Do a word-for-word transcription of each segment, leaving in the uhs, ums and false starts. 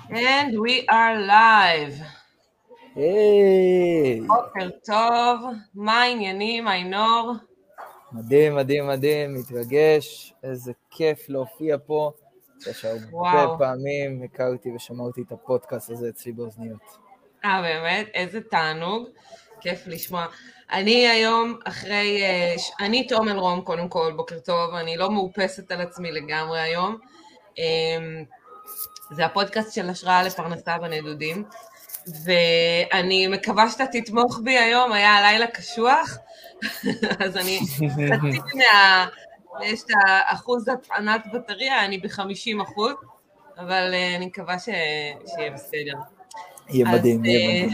And we are live. היי! בוקר טוב, מה העניינים, איינור? מדהים, מדהים, מדהים, מתרגש, איזה כיף להופיע פה. יש הרבה פעמים הכרתי ושמרתי את הפודקאסט הזה אצלי באוזניות. אה, באמת? איזה תענוג, כיף לשמוע. אני היום אחרי, אני תומל רום קודם כל, בוקר טוב, אני לא מאופסת על עצמי לגמרי היום. זה הפודקאסט של השראה לפרנסה בנדודים, ואני מקווה שאתה תתמוך בי היום, היה הלילה קשוח, אז אני חצי מה... יש את האחוז הטענת בטריה, אני ב-חמישים אחוז, אבל אני מקווה ש... שיהיה בסדר. יהיה מדהים, יהיה מדהים.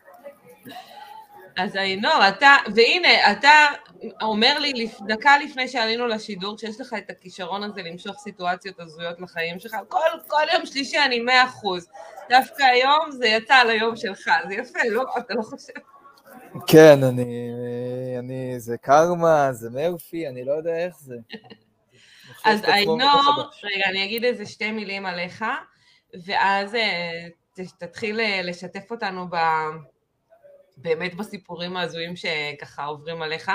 אז איינור, אתה, והנה, אתה אומר לי דקה לפני שעלינו לשידור, שיש לך את הכישרון הזה למשוך סיטואציות הזויות לחיים שלך, כל, כל יום שלישי אני מאה אחוז, דווקא היום זה יצא על היום שלך, זה יפה, לא? אתה לא חושב? כן, אני, אני, זה קרמה, זה מרפי, אני לא יודע איך זה. אז איינור, רגע, אני אגיד איזה שתי מילים עליך, ואז תתחיל לשתף אותנו ב... באמת בסיפורים ההזויים שככה עוברים עליך.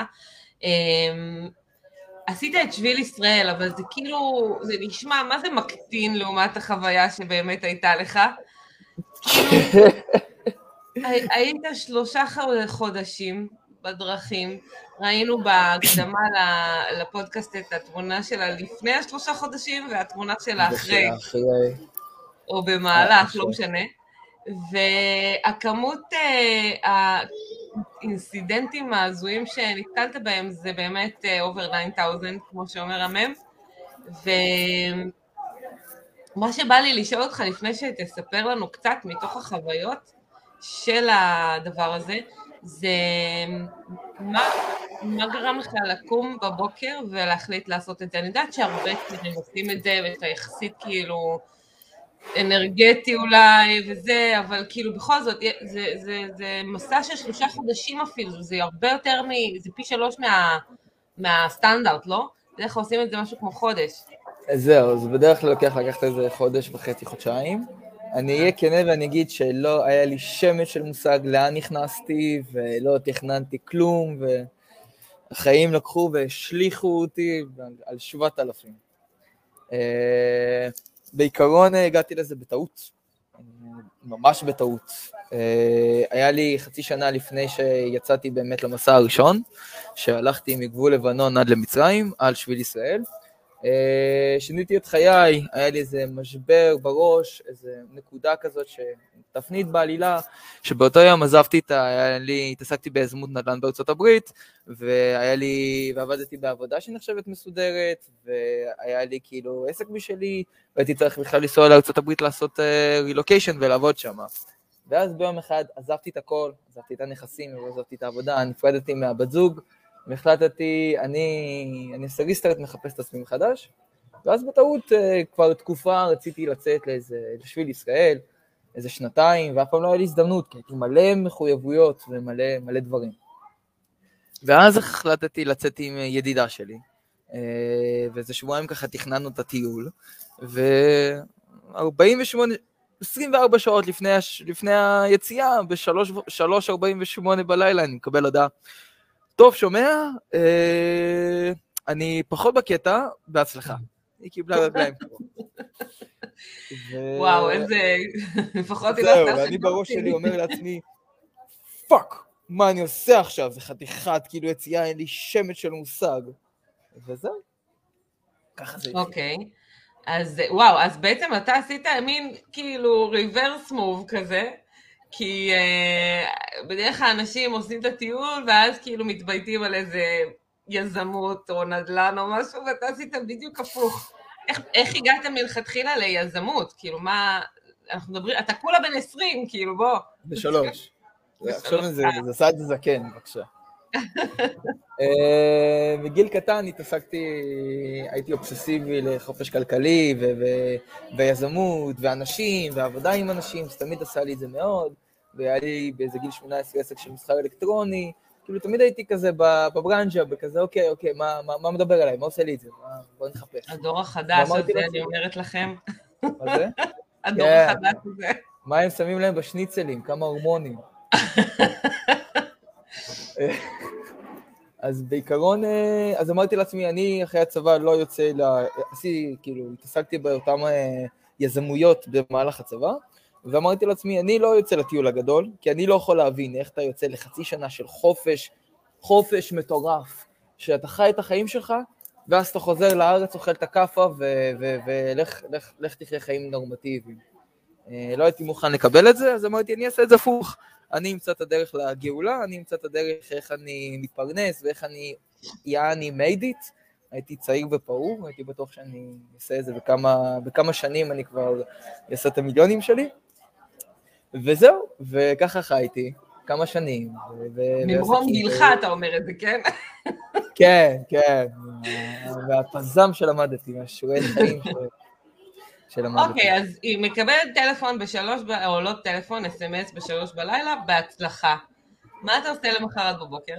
עשית את שביל ישראל, אבל זה כאילו, זה נשמע, מה זה מקטין לעומת החוויה שבאמת הייתה לך? כאילו, היית שלושה חודשים בדרכים, ראינו בהקדמה לפודקאסט את התמונה שלה לפני השלושה חודשים, והתמונה שלה אחרי, או במהלך, לא משנה. והכמות האינסידנטים ההזויים שנתקלת בהם זה באמת over תשע אלף, כמו שאומר המם. ומה שבא לי לשאול אותך לפני שתספר לנו קצת מתוך החוויות של הדבר הזה, זה מה, מה גרם לך לקום בבוקר ולהחליט לעשות את זה? אני יודעת שהרבה צעירים עושים את זה, ואתה יחסית כאילו אנרגטי אולי וזה, אבל כאילו בכל זאת, זה, זה, זה מסע של שלושה חודשים אפילו, זה הרבה יותר, מ, זה פי שלוש מה, מהסטנדרט, לא? בדרך כלל עושים את זה משהו כמו חודש. זהו, זה בדרך כלל לוקח לקחת איזה חודש וחצי, חודשיים. אני אהיה כנה ואני אגיד שלא היה לי שמץ של מושג לאן נכנסתי, ולא תכננתי כלום, והחיים לקחו והשליחו אותי על שבעת אלפים. בעיקרון הגעתי לזה בטעות, ממש בטעות. היה לי חצי שנה לפני שיצאתי באמת למסע הראשון, שהלכתי מגבול לבנון עד למצרים, על שביל ישראל. שיניתי את חיי, היה לי איזה משבר בראש, איזה נקודה כזאת שתפנית בעלילה, שבאותו יום עזבתי את ה... היה לי, התעסקתי ביזמות נדל"ן בארצות הברית, והיה לי, ועבדתי בעבודה שנחשבת מסודרת, והיה לי כאילו עסק בשלי, והייתי צריך בכלל לנסוע לארצות הברית לעשות רילוקיישן ולעבוד שם. ואז ביום אחד עזבתי את הכל, עזבתי את הנכסים, ועזבתי את העבודה, נפרדתי מהבת זוג, והחלטתי, אני, אני עושה ריסטארט, מחפש את עצמי מחדש, ואז בטעות כבר תקופה רציתי לצאת לאיזה, לשביל ישראל, איזה שנתיים, ואף פעם לא היה לי הזדמנות, כי הייתי מלא מחויבויות ומלא מלא דברים. ואז החלטתי לצאת עם ידידה שלי, ואיזה שבועיים ככה תכננו את הטיול, ו-ארבעים ושמונה, עשרים וארבע שעות לפני, לפני היציאה, ב-שלוש ארבעים ושמונה בלילה, אני מקבל הודעה, טוב, שומע, אה, אני פחות בקטע, בהצלחה. היא קיבלה רגליים פה. וואו, איזה... לפחות היא לא עשתה זהו, ואני בראש שלי אומר לעצמי, פאק, מה אני עושה עכשיו? זה חתיכת, כאילו יציאה, אין לי שמץ של מושג. וזהו. ככה זה. אוקיי. אז וואו, אז בעצם אתה עשית מין כאילו ריברס מוב כזה, כי uh, בדרך כלל אנשים עושים את הטיול, ואז כאילו מתבייתים על איזה יזמות או נדל"ן או משהו, ואתה עשית בדיוק הפוך. איך, איך הגעת מלכתחילה ליזמות? כאילו מה, אנחנו מדברים, אתה כולה בן עשרים, כאילו בוא. בשלוש. עכשיו זה, זה עשה את זה זקן, בבקשה. מגיל קטן התעסקתי, הייתי אובססיבי לחופש כלכלי ויזמות ואנשים ועבודה עם אנשים, שתמיד עשה לי את זה מאוד, והיה לי באיזה גיל שמונה עשרה עסק של מסחר אלקטרוני, כאילו תמיד הייתי כזה בברנז'ה, בכזה אוקיי, אוקיי, מה, מה, מה מדבר עליי, מה עושה לי את זה, בוא נחפש. הדור החדש הזה, אני אומרת לכם. מה זה? הדור החדש הזה. מה הם שמים להם בשניצלים? כמה הורמונים. אז בעיקרון, אז אמרתי לעצמי, אני אחרי הצבא לא יוצא, עשיתי, כאילו, התעסקתי באותם יזמויות במהלך הצבא, ואמרתי לעצמי, אני לא יוצא לטיול הגדול, כי אני לא יכול להבין איך אתה יוצא לחצי שנה של חופש, חופש מטורף, שאתה חי את החיים שלך, ואז אתה חוזר לארץ, אוכל את הקפה, ולך תחיה חיים נורמטיביים. לא הייתי מוכן לקבל את זה, אז אמרתי, אני אעשה את זה הפוך. אני אמצא את הדרך לגאולה, אני אמצא את הדרך איך אני מתפרנס, ואיך אני, יעני made it. הייתי צעיר ופעור, הייתי בטוח שאני אעשה את זה בכמה, בכמה שנים אני כבר אעשה את המיליונים שלי. וזהו, וככה חייתי, כמה שנים. ממרום גילך אתה אומר את זה, כן? כן, כן. והפזם שלמדתי, מהשיעורי חיים שלמדתי. אוקיי, אז היא מקבלת טלפון בשלוש, או לא טלפון, אס אם אס בשלוש בלילה, בהצלחה. מה אתה עושה למחרת בבוקר?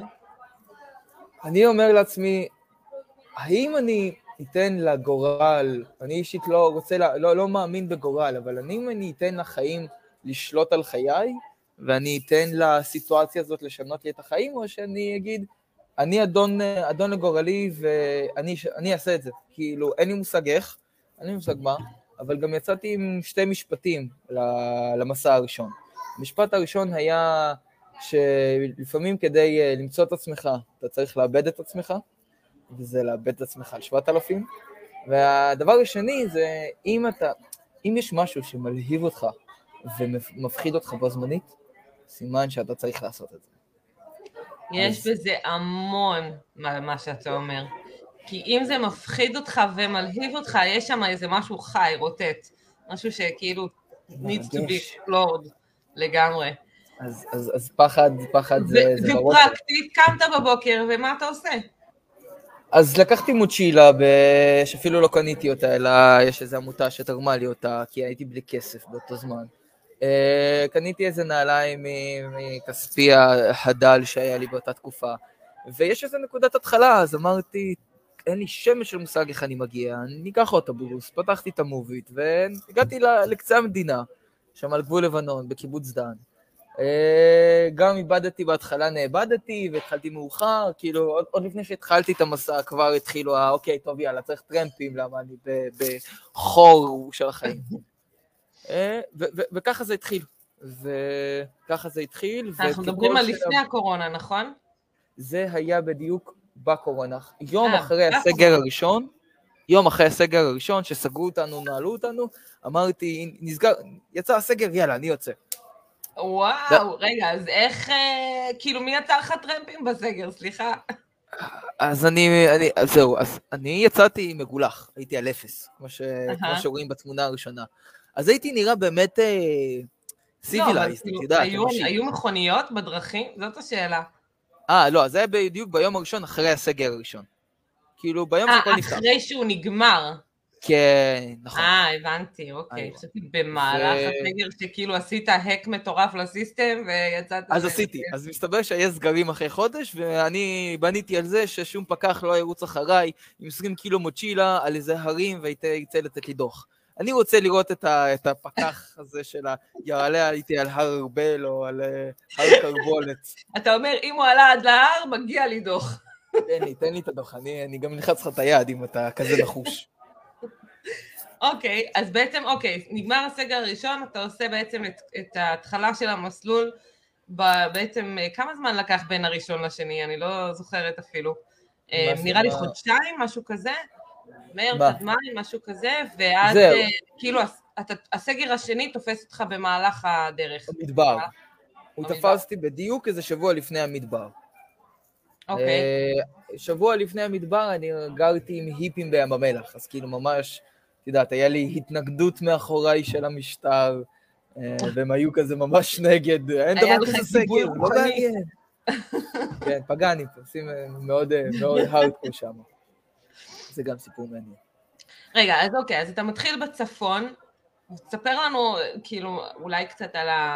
אני אומר לעצמי, האם אני אתן לגורל, אני אישית לא רוצה, לא, לא מאמין בגורל, אבל האם אני אתן לחיים לשלוט על חיי, ואני אתן לסיטואציה הזאת לשנות לי את החיים, או שאני אגיד, אני אדון, אדון לגורלי, ואני אני אעשה את זה. כאילו, אין לי מושג איך, אין לי מושג מה, אבל גם יצאתי עם שתי משפטים למסע הראשון. המשפט הראשון היה שלפעמים כדי למצוא את עצמך, אתה צריך לאבד את עצמך, וזה לאבד את עצמך על שבעת אלפים. והדבר השני זה, אם אתה, אם יש משהו שמלהיב אותך ומפחיד אותך בו זמנית, סימן שאתה צריך לעשות את זה. יש אז... בזה המון מה, מה שאתה אומר. כי אם זה מפחיד אותך ומלהיב אותך, יש שם איזה משהו חי, רוטט. משהו שכאילו needs to be explored לגמרי. אז, אז, אז פחד, פחד ו- זה, זה בראש. ופרקטית, קמת בבוקר, ומה אתה עושה? אז לקחתי מוצ'ילה, שאפילו לא קניתי אותה, אלא יש איזו עמותה שתרמה לי אותה, כי הייתי בלי כסף באותו זמן. קניתי איזה נעליים מכספי הדל שהיה לי באותה תקופה, ויש איזו נקודת התחלה, אז אמרתי, אין לי שמץ של מושג איך אני מגיע, אני אקח אוטובוס, פתחתי את המובית, והגעתי לקצה המדינה, שם על גבול לבנון, בקיבוץ דן. גם איבדתי בהתחלה, נאבדתי, והתחלתי מאוחר, כאילו, עוד, עוד לפני שהתחלתי את המסע, כבר התחילו, אוקיי, טוב, יאללה, צריך טרמפים, למה אני בחור של החיים. וככה זה התחיל, וככה זה התחיל. אנחנו מדברים על לפני הקורונה, נכון? זה היה בדיוק בקורונה. יום אחרי הסגר הראשון, יום אחרי הסגר הראשון, שסגרו אותנו, נעלו אותנו, אמרתי, נסגר, יצא הסגר, יאללה, אני יוצא. וואו, רגע, אז איך, כאילו, מי יצא לך טרמפים בסגר, סליחה? אז אני, אני, זהו, אז אני יצאתי מגולח, הייתי על אפס, כמו שרואים בתמונה הראשונה. אז הייתי נראה באמת סיבילייסט, את יודעת. היו מכוניות בדרכים? זאת השאלה. אה, לא, אז זה היה בדיוק ביום הראשון אחרי הסגר הראשון. כאילו, ביום שכל נפתח. אחרי שהוא נגמר. כן, נכון. אה, הבנתי, אוקיי. חשבתי במהלך הסגר שכאילו עשית האק מטורף לסיסטם ויצאת... אז עשיתי, אז מסתבר שהיה סגרים אחרי חודש, ואני בניתי על זה ששום פקח לא ירוץ אחריי עם עשרים קילו מוצ'ילה על איזה הרים ויצא לתת לי דוח. אני רוצה לראות את הפקח הזה של יעלה איתי על הר ארבל או על הר קרבולת. אתה אומר, אם הוא עלה עד להר, מגיע לי דוח. תן לי, תן לי את הדוח, אני גם נלחץ לך את היד אם אתה כזה נחוש. אוקיי, אז בעצם, אוקיי, נגמר הסגר הראשון, אתה עושה בעצם את, את ההתחלה של המסלול, בעצם כמה זמן לקח בין הראשון לשני, אני לא זוכרת אפילו. נראה לי חודשיים, משהו כזה, מרץ עד מאי, משהו כזה, ואז כאילו הסגר השני תופס אותך במהלך הדרך. המדבר. הוא תפס אותי בדיוק איזה שבוע לפני המדבר. אוקיי. שבוע לפני המדבר אני גרתי עם היפים בים המלח, אז כאילו ממש, את יודעת, היה לי התנגדות מאחוריי של המשטר, והם היו כזה ממש נגד, אין דבר כזה סגר, לא מעניין. כן, פגעני, עושים מאוד הארדקור שם. זה גם סיפור מעניין. רגע, אז אוקיי, אז אתה מתחיל בצפון, תספר לנו כאילו אולי קצת על ה...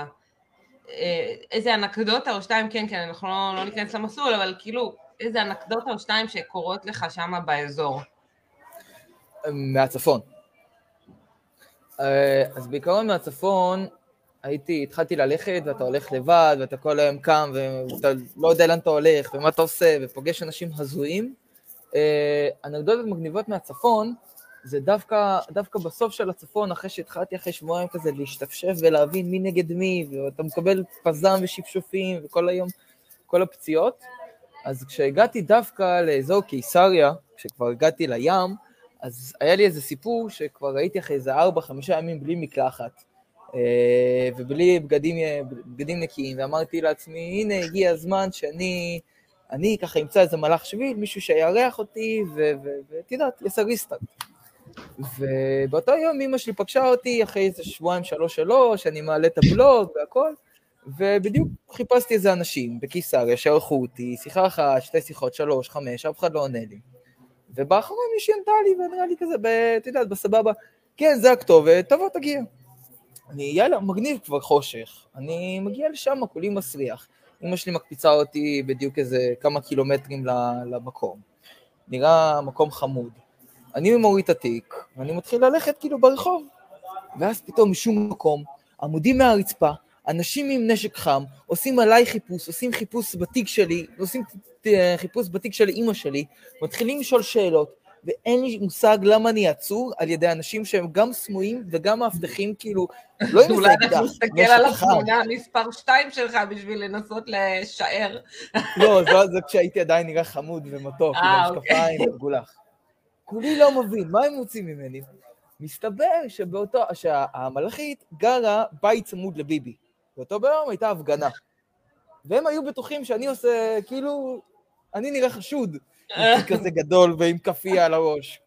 איזה אנקדוטה או שתיים, כן, כן, אנחנו לא, לא ניכנס למסלול, אבל כאילו איזה אנקדוטה או שתיים שקורות לך שם באזור. מהצפון. אז בעיקרון מהצפון, הייתי, התחלתי ללכת, ואתה הולך לבד, ואתה כל היום קם, ואתה לא יודע לאן אתה הולך, ומה אתה עושה, ופוגש אנשים הזויים. אנקדוטות מגניבות מהצפון, זה דווקא, דווקא בסוף של הצפון, אחרי שהתחלתי אחרי שבועיים כזה, להשתפשף ולהבין מי נגד מי, ואתה מקבל פזם ושפשופים, וכל היום, כל הפציעות. אז כשהגעתי דווקא לאזור קיסריה, כשכבר הגעתי לים, אז היה לי איזה סיפור שכבר הייתי אחרי איזה ארבע, חמישה ימים בלי מקלחת, ובלי בגדים, בגדים נקיים, ואמרתי לעצמי, הנה הגיע הזמן שאני, אני ככה אמצא איזה מלאך שביל, מישהו שיערך אותי, ותדעת, יעשה ריסטארט. ובאותו יום אמא שלי פגשה אותי, אחרי איזה שבועיים, שלוש, שלוש, אני מעלה את הבלוג והכל, ובדיוק חיפשתי איזה אנשים בקיסריה שערכו אותי, שיחה אחת, שתי שיחות, שלוש, חמש, אף אחד לא עונה לי. ובאחרון מישהי ענתה לי, ונראה לי כזה, תדעת, בסבבה, כן, זה הכתובת, תבוא, תגיע. אני, יאללה, מגניב כבר חושך, אני מגיע לשם, כולי מסריח. אמא שלי מקפיצה אותי בדיוק איזה כמה קילומטרים למקום. נראה מקום חמוד. אני מוריד את התיק, ואני מתחיל ללכת כאילו ברחוב. ואז פתאום משום מקום, עמודים מהרצפה, אנשים עם נשק חם, עושים עליי חיפוש, עושים חיפוש בתיק שלי, עושים חיפוש בתיק של אמא שלי, מתחילים לשאול שאלות, ואין לי מושג למה אני עצור על ידי אנשים שהם גם סמויים וגם מאבטחים, כאילו, לא עם אולי אנחנו נסתכל על התמונה מספר שתיים שלך בשביל לנסות לשער. לא, זה כשהייתי עדיין נראה חמוד ומתוק, עם המשקפיים וגולח. כולי לא מבין, מה הם רוצים ממני? מסתבר שבאותו, שהמלאכית גרה בית צמוד לביבי. באותו ביום הייתה הפגנה. והם היו בטוחים שאני עושה, כאילו, אני נראה חשוד. עם תיק כזה גדול ועם כפייה על הראש.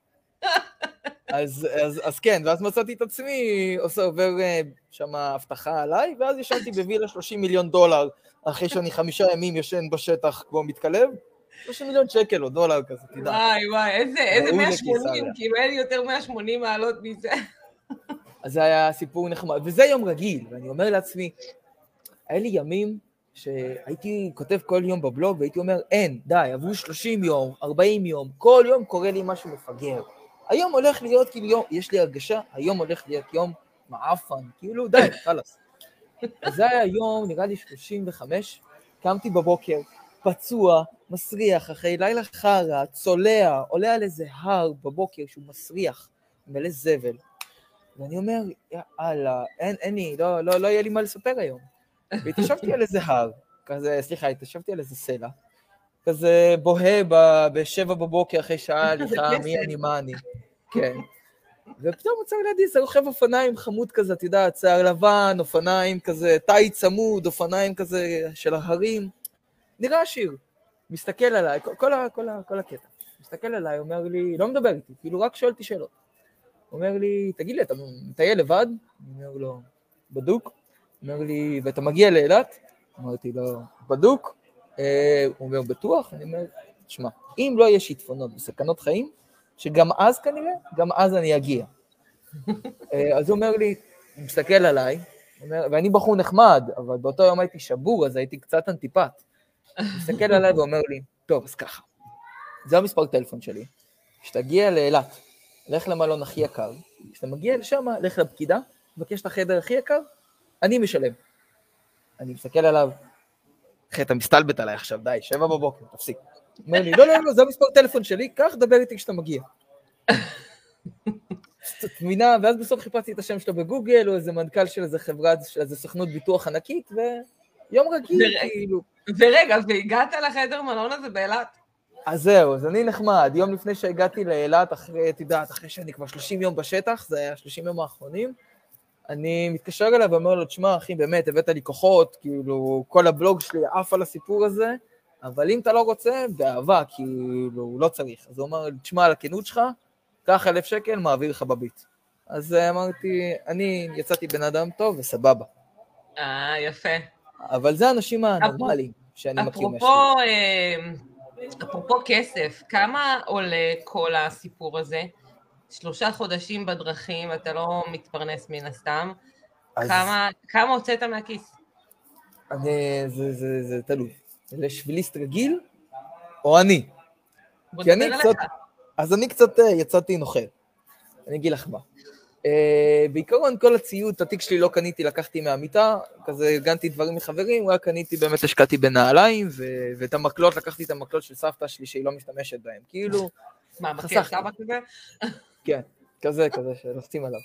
אז, אז, אז כן, ואז מצאתי את עצמי, עושה עובר שם הבטחה עליי, ואז ישנתי בווילה שלושים מיליון דולר, אחרי שאני חמישה ימים ישן בשטח כמו מתקלב, שלושים מיליון שקל או דולר כזה, תדע. וואי וואי, איזה, איזה מאה ושמונים, כאילו אין יותר מאה ושמונים מעלות מזה. אז זה היה סיפור נחמד, וזה יום רגיל, ואני אומר לעצמי, היה לי ימים שהייתי כותב כל יום בבלוג, והייתי אומר, אין, די, עברו שלושים יום, ארבעים יום, כל יום קורה לי משהו מפגר. היום הולך להיות, כאילו, יום, יש לי הרגשה, היום הולך להיות יום מעפן, כאילו, די, חלס. אז זה היה יום, נראה לי שלושים וחמש, קמתי בבוקר, פצוע, מסריח, אחרי לילה חרה, צולע, עולה על איזה הר בבוקר שהוא מסריח, מלא זבל. ואני אומר, יאללה, אין, אין לי, לא, לא, לא יהיה לי מה לספר היום. והתיישבתי על איזה הר, כזה, סליחה, התיישבתי על איזה סלע, כזה בוהה ב, בשבע בבוקר אחרי שעה הליכה, מי אני, מה אני. כן. ופתאום מצא לידי איזה רוכב אופניים חמוד כזה, אתה יודע, שיער לבן, אופניים כזה, תאי צמוד, אופניים כזה של ההרים. נראה עשיר. מסתכל עליי, כל, כל, כל, כל הקטע. מסתכל עליי, אומר לי, לא מדבר איתי, כאילו רק שואל אותי שאלות. אומר לי, תגיד לי, אתה מטייל לבד? אני אומר לו, בדוק. אומר לי, ואתה מגיע לאילת? אמרתי לו, בדוק. אה, הוא אומר, בטוח? אני אומר, תשמע, אם לא יש שיטפונות וסכנות חיים, שגם אז כנראה, גם אז אני אגיע. אה, אז הוא אומר לי, הוא מסתכל עליי, אומר, ואני בחור נחמד, אבל באותו יום הייתי שבור, אז הייתי קצת אנטיפט. הוא מסתכל עליי ואומר לי, טוב, אז ככה. זה המספר טלפון שלי. כשתגיע לאילת, לך למלון הכי יקר, כשאתה מגיע לשם, לך לפקידה, מבקש את החדר הכי יקר, אני משלם. אני מסתכל עליו, אחי, אתה מסתלבט עליי עכשיו, די, שבע בבוקר, תפסיק. אומר לי, לא, לא, לא, זה המספר טלפון שלי, כך דבר איתי כשאתה מגיע. תמינה, ואז בסוף חיפשתי את השם שלו בגוגל, או איזה מנכ"ל של איזה חברה, של איזה סוכנות ביטוח ענקית, ויום רגיל, כאילו. ורגע, והגעת לחדר מלון הזה באילת? אז זהו, אז אני נחמד, יום לפני שהגעתי לאילת, אחרי, תדעת, אחרי שאני כבר שלושים יום בשטח, זה היה שלושים יום האחרונים, אני מתקשר אליו ואומר לו, תשמע, אחי, באמת, הבאת לי כוחות, כאילו, כל הבלוג שלי עף על הסיפור הזה, אבל אם אתה לא רוצה, באהבה, כאילו, לא צריך. אז הוא אומר, תשמע, על הכנות שלך, קח אלף שקל, מעביר לך בביט. אז אמרתי, אני יצאתי בן אדם טוב וסבבה. אה, יפה. אבל זה האנשים הנורמליים שאני מכיר משהו. אפרופו כסף, כמה עולה כל הסיפור הזה? שלושה חודשים בדרכים, אתה לא מתפרנס מן הסתם. כמה הוצאת מהכיס? זה תלוי. לשביליסט רגיל, או אני. כי אני קצת, אז אני קצת יצאתי נוכל. אני אגיד לך מה. בעיקרון כל הציוד, את התיק שלי לא קניתי, לקחתי מהמיטה, כזה הגנתי דברים מחברים, רק קניתי, באמת השקעתי בנעליים, ואת המקלות, לקחתי את המקלות של סבתא שלי שהיא לא משתמשת בהם, כאילו, מה, מקל סבא כזה? כן, כזה, כזה, שלוחצים עליו.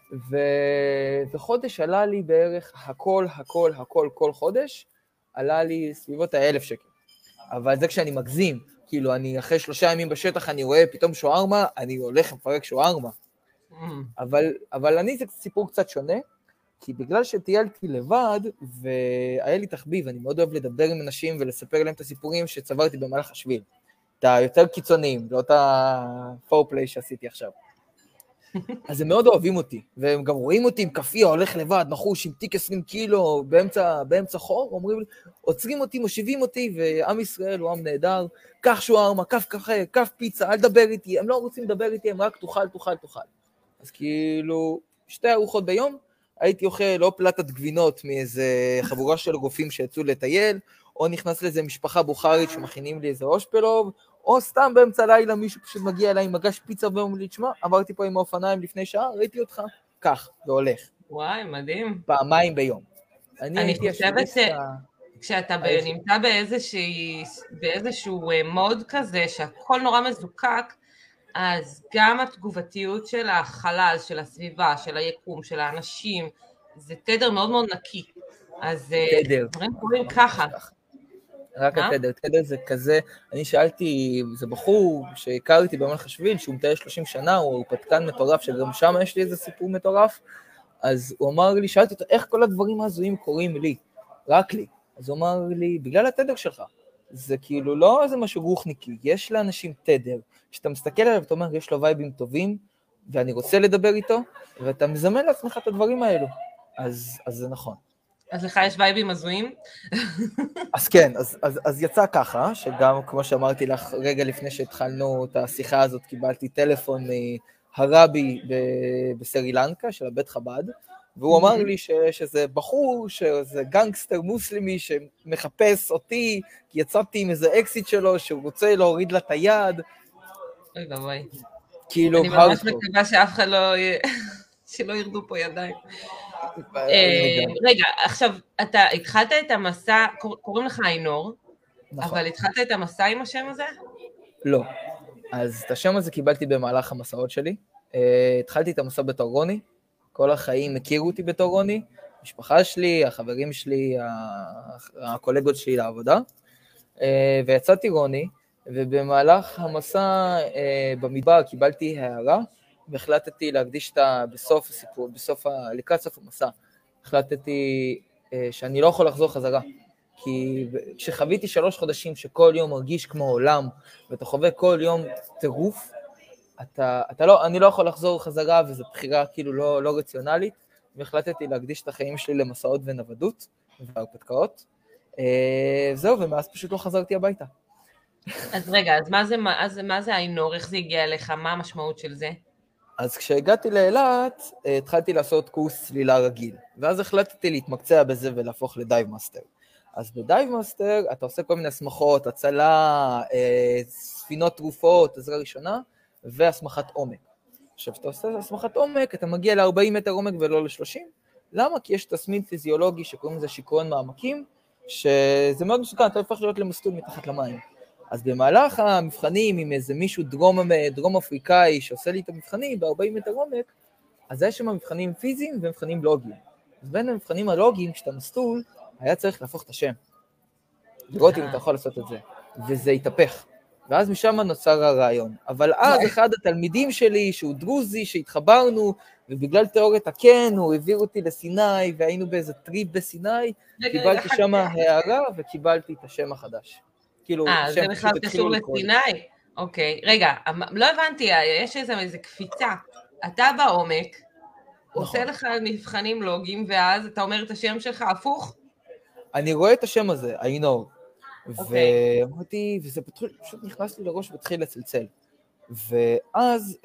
ובחודש עלה לי בערך הכל, הכל, הכל, כל חודש, עלה לי סביבות האלף שקל. אבל זה כשאני מגזים, כאילו, אני אחרי שלושה ימים בשטח, אני רואה פתאום שוארמה, אני הולך ומפרק שוארמה. אבל, אבל אני זה סיפור קצת שונה, כי בגלל שטיילתי לבד, והיה לי תחביב, אני מאוד אוהב לדבר עם אנשים ולספר להם את הסיפורים שצברתי במהלך השביל. את היותר קיצוניים, לא את הפורפליי שעשיתי עכשיו. אז הם מאוד אוהבים אותי, והם גם רואים אותי עם כפיה, הולך לבד, נחוש, עם תיק עשרים קילו, באמצע, באמצע חור, אומרים לי, עוצרים אותי, מושיבים אותי, ועם ישראל הוא עם נהדר, קח שוארמה, קף קפה, קף פיצה, אל דבר איתי, הם לא רוצים לדבר איתי, הם רק תאכל, תאכל, תאכל. אז כאילו, שתי ארוחות ביום, הייתי אוכל או פלטת גבינות מאיזה חבורה של רופאים שיצאו לטייל, או נכנס לאיזה משפחה בוכרית שמכינים לי איזה אושפלוב, או סתם באמצע לילה מישהו פשוט מגיע אליי עם מגש פיצה ואומר לי, תשמע, עברתי פה עם האופניים לפני שעה, ראיתי אותך, כך, והולך. וואי, מדהים. פעמיים ביום. אני, אני חושבת שכשאתה ב... נמצא באיזושהי, באיזשהו מוד כזה, שהכל נורא מזוקק, אז גם התגובתיות של החלל, של הסביבה, של היקום, של האנשים, זה תדר מאוד מאוד נקי. אז תדר. דברים קוראים ככה. רק התדר, תדר זה כזה, אני שאלתי, זה בחור שהכרתי במלך השביל, שהוא מטייל שלושים שנה, הוא פתקן מטורף, שגם שם יש לי איזה סיפור מטורף, אז הוא אמר לי, שאלתי אותו, איך כל הדברים הזויים קורים לי? רק לי. אז הוא אמר לי, בגלל התדר שלך. זה כאילו לא איזה משהו רוחניקי, יש לאנשים תדר, שאתה מסתכל עליו ואתה אומר, יש לו וייבים טובים, ואני רוצה לדבר איתו, ואתה מזמן לעצמך את הדברים האלו. אז, אז זה נכון. אז לך יש וייבים הזויים? אז כן, אז, אז, אז יצא ככה, שגם כמו שאמרתי לך, רגע לפני שהתחלנו את השיחה הזאת, קיבלתי טלפון מהרבי בסרי לנקה, של הבית חב"ד, והוא אמר לי ש, שזה בחור, שזה גנגסטר מוסלמי שמחפש אותי, כי יצאתי עם איזה אקסיט שלו, שהוא רוצה להוריד לה את היד. אוי בבוי. כאילו, אני ממש מקווה שאף אחד לא, שלא ירדו פה ידיים. רגע, עכשיו, אתה התחלת את המסע, קוראים לך איינור, אבל התחלת את המסע עם השם הזה? לא. אז את השם הזה קיבלתי במהלך המסעות שלי. התחלתי את המסע בתור רוני, כל החיים הכירו אותי בתור רוני, המשפחה שלי, החברים שלי, הקולגות שלי לעבודה, ויצאתי רוני, ובמהלך המסע במדבר קיבלתי הערה, והחלטתי להקדיש אותה בסוף הסיפור, בסוף, לקראת סוף המסע, החלטתי שאני לא יכול לחזור חזרה, כי כשחוויתי שלוש חודשים שכל יום מרגיש כמו עולם, ואתה חווה כל יום טירוף, אתה, אתה לא, אני לא יכול לחזור חזרה, וזו בחירה כאילו לא, לא רציונלית, והחלטתי להקדיש את החיים שלי למסעות ונוודות, והרפתקאות, זהו, ומאז פשוט לא חזרתי הביתה. אז רגע, אז מה זה, אז מה זה איינור? איך זה הגיע אליך? מה המשמעות של זה? אז כשהגעתי לאילת, התחלתי לעשות קורס צלילה רגיל, ואז החלטתי להתמקצע בזה ולהפוך לדייב מאסטר. אז בדייב מאסטר אתה עושה כל מיני הסמכות, הצלה, ספינות תרופות, עזרה ראשונה, והסמכת עומק. עכשיו, כשאתה עושה הסמכת עומק, אתה מגיע ל-ארבעים מטר עומק ולא ל-שלושים. למה? כי יש תסמין פיזיולוגי שקוראים לזה שיכרון מעמקים, שזה מאוד מסוכן, אתה הופך להיות למסלול מתחת למים. אז במהלך המבחנים עם איזה מישהו דרום, דרום אפריקאי שעושה לי את המבחנים ב-ארבעים מטר עומק, אז יש שם מבחנים פיזיים ומבחנים לוגיים. אז בין המבחנים הלוגיים, כשאתה מסלול, היה צריך להפוך את השם. לראות אם אתה יכול לעשות את זה. וזה התהפך. ואז משם נוצר הרעיון. אבל אז אחד התלמידים שלי, שהוא דרוזי, שהתחברנו, ובגלל תיאוריית הכן, הוא העביר אותי לסיני, והיינו באיזה טריפ בסיני, קיבלתי שם הערה, וקיבלתי את השם החדש. אה, זה בכלל קשור לסיני? אוקיי. רגע, לא הבנתי, יש איזה קפיצה. אתה בעומק, עושה לך מבחנים לוגיים, ואז אתה אומר את השם שלך הפוך? אני רואה את השם הזה, איינור. ואמרתי, וזה פשוט נכנס לי לראש והתחיל לצלצל. ואז,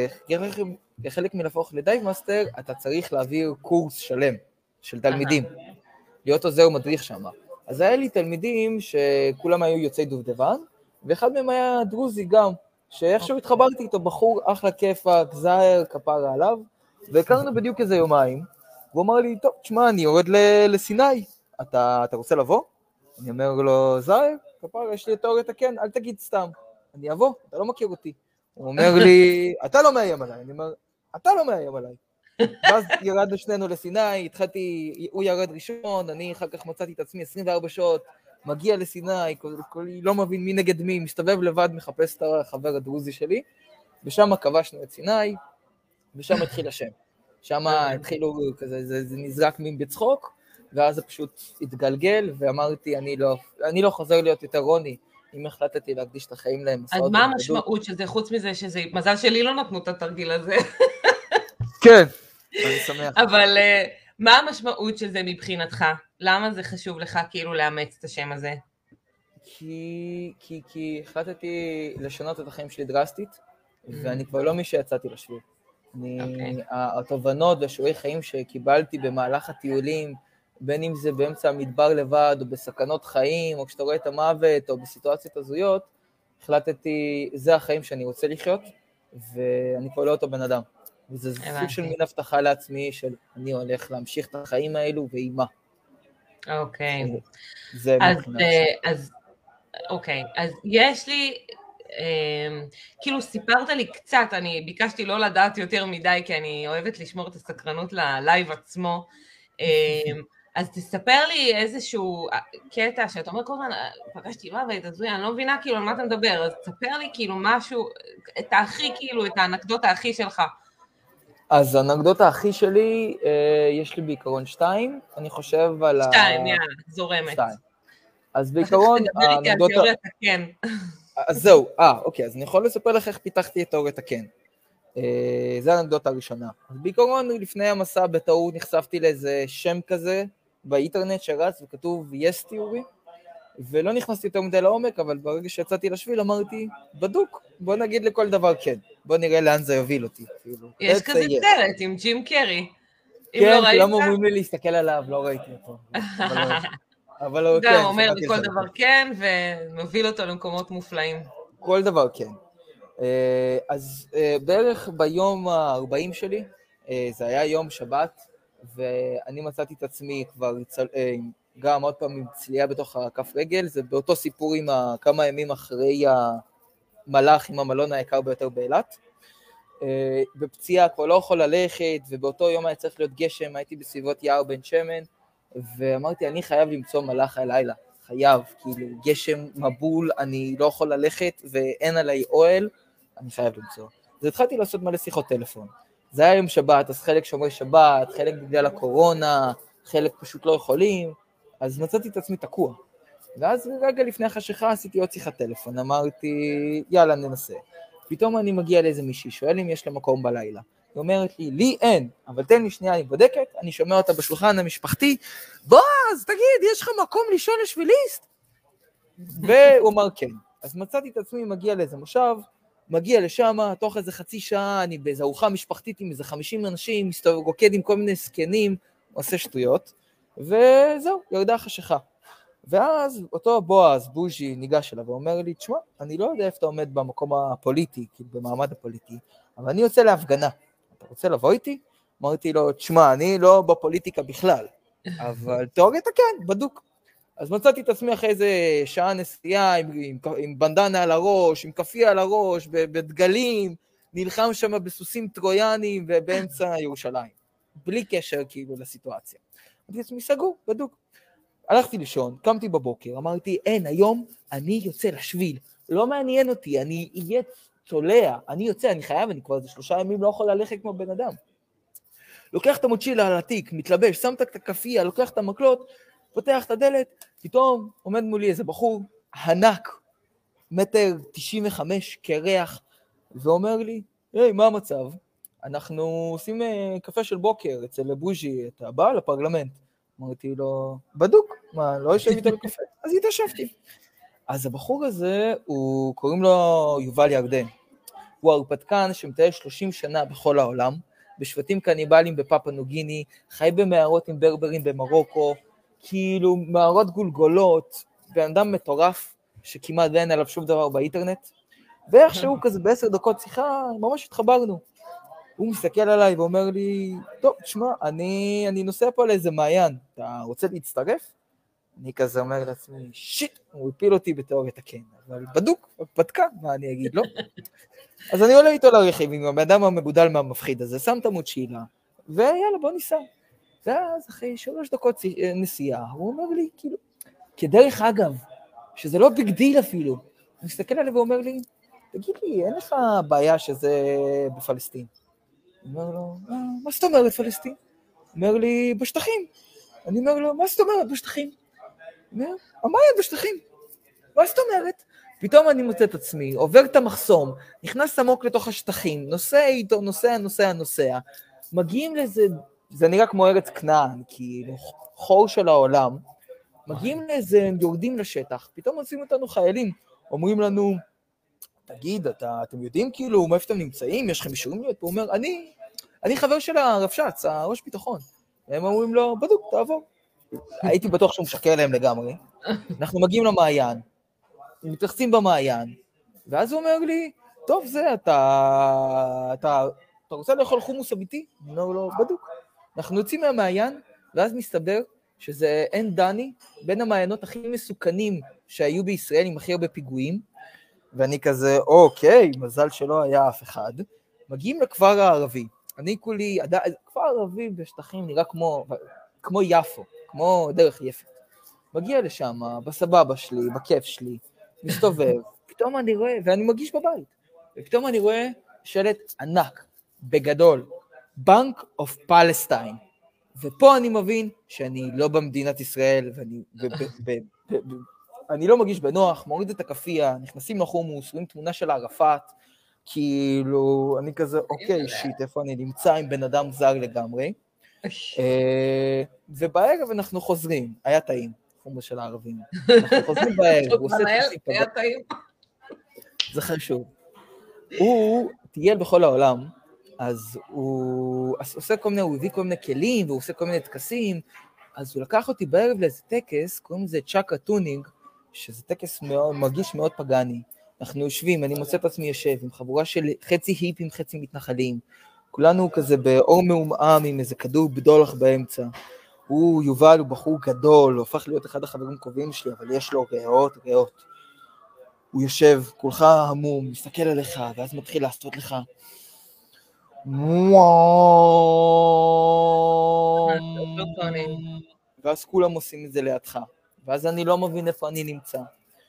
כחלק מלהפוך לדייב מאסטר, אתה צריך להעביר קורס שלם של תלמידים. להיות עוזר מדריך שם. אז היה לי תלמידים שכולם היו יוצאי דובדבן, ואחד מהם היה דרוזי גם, שאיכשהו התחברתי איתו, בחור אחלה כיפה, גזייר, כפרה עליו, והכרנו בדיוק איזה יומיים, והוא אמר לי, טוב, תשמע, אני יורד לסיני, אתה, אתה רוצה לבוא? אני אומר לו, זהר, כפר, יש לי את תיאוריית הכן, אל תגיד סתם, אני אבוא, אתה לא מכיר אותי. הוא אומר לי, אתה לא מאיים עליי, אני אומר, אתה לא מאיים עליי. ואז ירדנו שנינו לסיני, התחלתי, הוא ירד ראשון, אני אחר כך מצאתי את עצמי עשרים וארבע שעות, מגיע לסיני, כולי לא מבין מי נגד מי, מסתובב לבד, מחפש את החבר הדרוזי שלי, ושם כבשנו את סיני, ושם התחיל השם. שם התחילו כזה, זה, זה נזרק מין בצחוק, ואז זה פשוט התגלגל, ואמרתי, אני לא, אני לא חוזר להיות יותר רוני, אם החלטתי להקדיש את החיים להם. אז מה המשמעות של זה, חוץ מזה שזה, מזל שלי לא נתנו את התרגיל הזה. כן, אני שמח. אבל מה המשמעות של זה מבחינתך? למה זה חשוב לך כאילו לאמץ את השם הזה? כי, כי, כי החלטתי לשנות את החיים שלי דרסטית, ואני כבר לא מי שיצאתי לשביל. אני, okay. התובנות והשיעורי חיים שקיבלתי במהלך הטיולים, בין אם זה באמצע המדבר לבד, או בסכנות חיים, או כשאתה רואה את המוות, או בסיטואציות הזויות, החלטתי, זה החיים שאני רוצה לחיות, ואני כבר לא אותו בן אדם. וזה סוג של מין הבטחה לעצמי, של אני הולך להמשיך את החיים האלו, ואימה. אוקיי. Okay. זה אז, מבחינת אז, אוקיי, אז יש לי, כאילו סיפרת לי קצת, אני ביקשתי לא לדעת יותר מדי, כי אני אוהבת לשמור את הסקרנות ללייב עצמו, אז תספר לי איזשהו קטע שאתה אומר כל הזמן, פגשתי מוות, אז אני לא מבינה כאילו על מה אתה מדבר, אז תספר לי כאילו משהו, את האחי כאילו, את האנקדוטה האחי שלך. אז האנקדוטה האחי שלי, יש לי בעיקרון שתיים, אני חושב על ה... שתיים, יאללה, זורמת. שתיים. אז בעיקרון האנקדוטה... תיאוריית הכן. אז זהו, אה, אוקיי, אז אני יכול לספר לך איך פיתחתי את תיאוריית הכן. זה האנקדוטה הראשונה. אז בעיקרון לפני המסע בטעות נחשפתי לאיזה שם כזה באינטרנט שרץ וכתוב yes theory, ולא נכנסתי יותר מדי לעומק, אבל ברגע שיצאתי לשביל אמרתי, בדוק, בוא נגיד לכל דבר כן, בוא נראה לאן זה יוביל אותי. יש כזה סרט עם ג'ים קרי. כן, כולם אומרים לי להסתכל עליו, לא ראיתי אותו. אבל גם אומר לכל דבר כן, ומוביל אותו למקומות מופלאים. כל דבר כן. אז בערך ביום ה-ארבעים שלי, זה היה יום שבת, ואני מצאתי את עצמי כבר גם עוד פעם עם צלייה בתוך הכף רגל, זה באותו סיפור עם כמה ימים אחרי המלאך עם המלון היקר ביותר באילת. בפציעה כבר לא יכול ללכת, ובאותו יום היה צריך להיות גשם, הייתי בסביבות יער בן שמן, ואמרתי, אני חייב למצוא מלאך הלילה, חייב, כאילו גשם מבול, אני לא יכול ללכת, ואין עליי אוהל, אני חייב למצוא. אז התחלתי לעשות מלא שיחות טלפון. זה היה יום שבת, אז חלק שומרי שבת, חלק בגלל הקורונה, חלק פשוט לא יכולים, אז מצאתי את עצמי תקוע. ואז רגע לפני החשיכה עשיתי עוד שיחת טלפון, אמרתי, יאללה ננסה. פתאום אני מגיע לאיזה מישהי, שואל אם יש לה מקום בלילה. היא אומרת לי, לי אין, אבל תן לי שנייה, אני בודקת, אני שומע אותה בשולחן המשפחתי, בועז, תגיד, יש לך מקום לישון לשביליסט? והוא אמר כן. אז מצאתי את עצמי, מגיע לאיזה מושב, מגיע לשם, תוך איזה חצי שעה, אני באיזו ארוחה משפחתית עם איזה חמישים אנשים, מסתובב, רוקד עם כל מיני סקנים, עושה שטויות, וזהו, ירדה החשיכה. ואז אותו בועז, בוז'י, ניגש אליו ואומר לי, תשמע, אני לא יודע איפה אתה עומד במקום הפוליטי, כאילו במעמד הפוליטי, אבל אני יוצא להפגנה. אתה רוצה לבוא איתי? אמרתי לו, תשמע, אני לא בפוליטיקה בכלל, אבל תיאורית כן, בדוק. אז מצאתי את עצמי אחרי איזה שעה נסיעה, עם, עם, עם בנדנה על הראש, עם כפיה על הראש, בדגלים, נלחם שם בסוסים טרויאנים ובאמצע ירושלים. בלי קשר כאילו לסיטואציה. אמרתי לעצמי, סגור, בדוק. הלכתי לישון, קמתי בבוקר, אמרתי, אין, היום אני יוצא לשביל. לא מעניין אותי, אני אהיה צולע, אני יוצא, אני חייב, אני כבר איזה שלושה ימים לא יכול ללכת כמו בן אדם. לוקח את המוצ'ילה על התיק, מתלבש, שמת את הכפיה, לוקח את המקלות, פותח את הדלת, פתאום עומד מולי איזה בחור ענק, מטר תשעים וחמש, קרח, ואומר לי, היי, מה המצב? אנחנו עושים קפה של בוקר אצל בוז'י, אתה בא לפרלמנט. אמרתי לו, בדוק, מה, לא יושב איתו לקפה? אז התיישבתי. אז הבחור הזה, הוא קוראים לו יובל ירדן. הוא הרפתקן שמטייל שלושים שנה בכל העולם, בשבטים קניבליים בפאפה ניו-גיני, חי במערות עם ברברים במרוקו, כאילו מערות גולגולות, בן אדם מטורף, שכמעט אין עליו שום דבר באינטרנט, ואיכשהו כזה בעשר דקות שיחה, ממש התחברנו. הוא מסתכל עליי ואומר לי, טוב, תשמע, אני, אני נוסע פה לאיזה מעיין, אתה רוצה להצטרף? אני כזה אומר לעצמי, שיט, הוא הפיל אותי בתיאוריית הכן, אבל בדוק, בדקה, מה אני אגיד לו? אז אני עולה איתו לרכיב עם האדם המגודל מהמפחיד הזה, שם את עמוד שאלה, ויאללה, בוא ניסע. ואז אחרי שלוש דקות נסיעה, הוא אומר לי, כאילו, כדרך אגב, שזה לא ביג דיל אפילו, הוא מסתכל עליו ואומר לי, תגיד לי, אין לך בעיה שזה בפלסטין? אני אומר לו, מה זאת אומרת פלסטין? הוא אומר לי, בשטחים. אני אומר לו, מה זאת אומרת בשטחים? הוא אומר, המעיין בשטחים. מה זאת אומרת? פתאום אני מוצא את עצמי, עובר את המחסום, נכנס עמוק לתוך השטחים, נוסע איתו, נוסע, נוסע, נוסע, מגיעים לזה, זה נראה כמו ארץ כנען, כאילו חור של העולם, מגיעים לזה, יורדים לשטח, פתאום עושים אותנו חיילים, אומרים לנו, תגיד, אתה, אתם יודעים כאילו מאיפה אתם נמצאים, יש לכם אישורים להיות? הוא אומר, אני, אני חבר של הרבש"ץ, הראש ביטחון. הם אומרים לו, בדוק, תעבור. הייתי בטוח שהוא משקר להם לגמרי. אנחנו מגיעים למעיין, מתייחסים במעיין, ואז הוא אומר לי, טוב זה, אתה, אתה, אתה רוצה לאכול חומוס אמיתי? אני אומר לו, בדוק. אנחנו יוצאים מהמעיין, ואז מסתבר שזה אין דני, בין המעיינות הכי מסוכנים שהיו בישראל עם הכי הרבה פיגועים, ואני כזה, אוקיי, מזל שלא היה אף אחד. מגיעים לכפר הערבי. אני כולי, כפר הערבי בשטחים נראה כמו, כמו יפו, כמו דרך יפת. מגיע לשם, בסבבה שלי, בכיף שלי, מסתובב, פתאום אני רואה, ואני מגיש בבית, ופתאום אני רואה שלט ענק, בגדול, Bank of Palestine. ופה אני מבין שאני לא במדינת ישראל, ואני... ב, ב, ב, ב, ב, אני לא מרגיש בנוח, מוריד את הקפייה, נכנסים לחומוס, רואים תמונה של ערפאת, כאילו, אני כזה, אוקיי, שיט, איפה אני נמצא עם בן אדם זר לגמרי. ובערב אנחנו חוזרים, היה טעים, חומוס של הערבים. אנחנו חוזרים בערב, הוא עושה תפסיק. היה טעים. זה חשוב. הוא טייל בכל העולם, אז הוא עושה כל מיני, הוא הביא כל מיני כלים, והוא עושה כל מיני טקסים, אז הוא לקח אותי בערב לאיזה טקס, קוראים לזה צ'קה טונינג, שזה טקס מאוד, מרגיש מאוד פגני. אנחנו יושבים, אני מוצא את עצמי יושב, עם חבורה של חצי היפים, חצי מתנחלים. כולנו כזה באור מעומעם, עם איזה כדור בדולח באמצע. הוא, יובל, הוא בחור גדול, הוא הפך להיות אחד החברים קובעים שלי, אבל יש לו ריאות, ריאות. הוא יושב, כולך המום, מסתכל עליך, ואז מתחיל לעשות לך. ואז כולם עושים את זה לידך. ואז אני לא מבין איפה אני נמצא.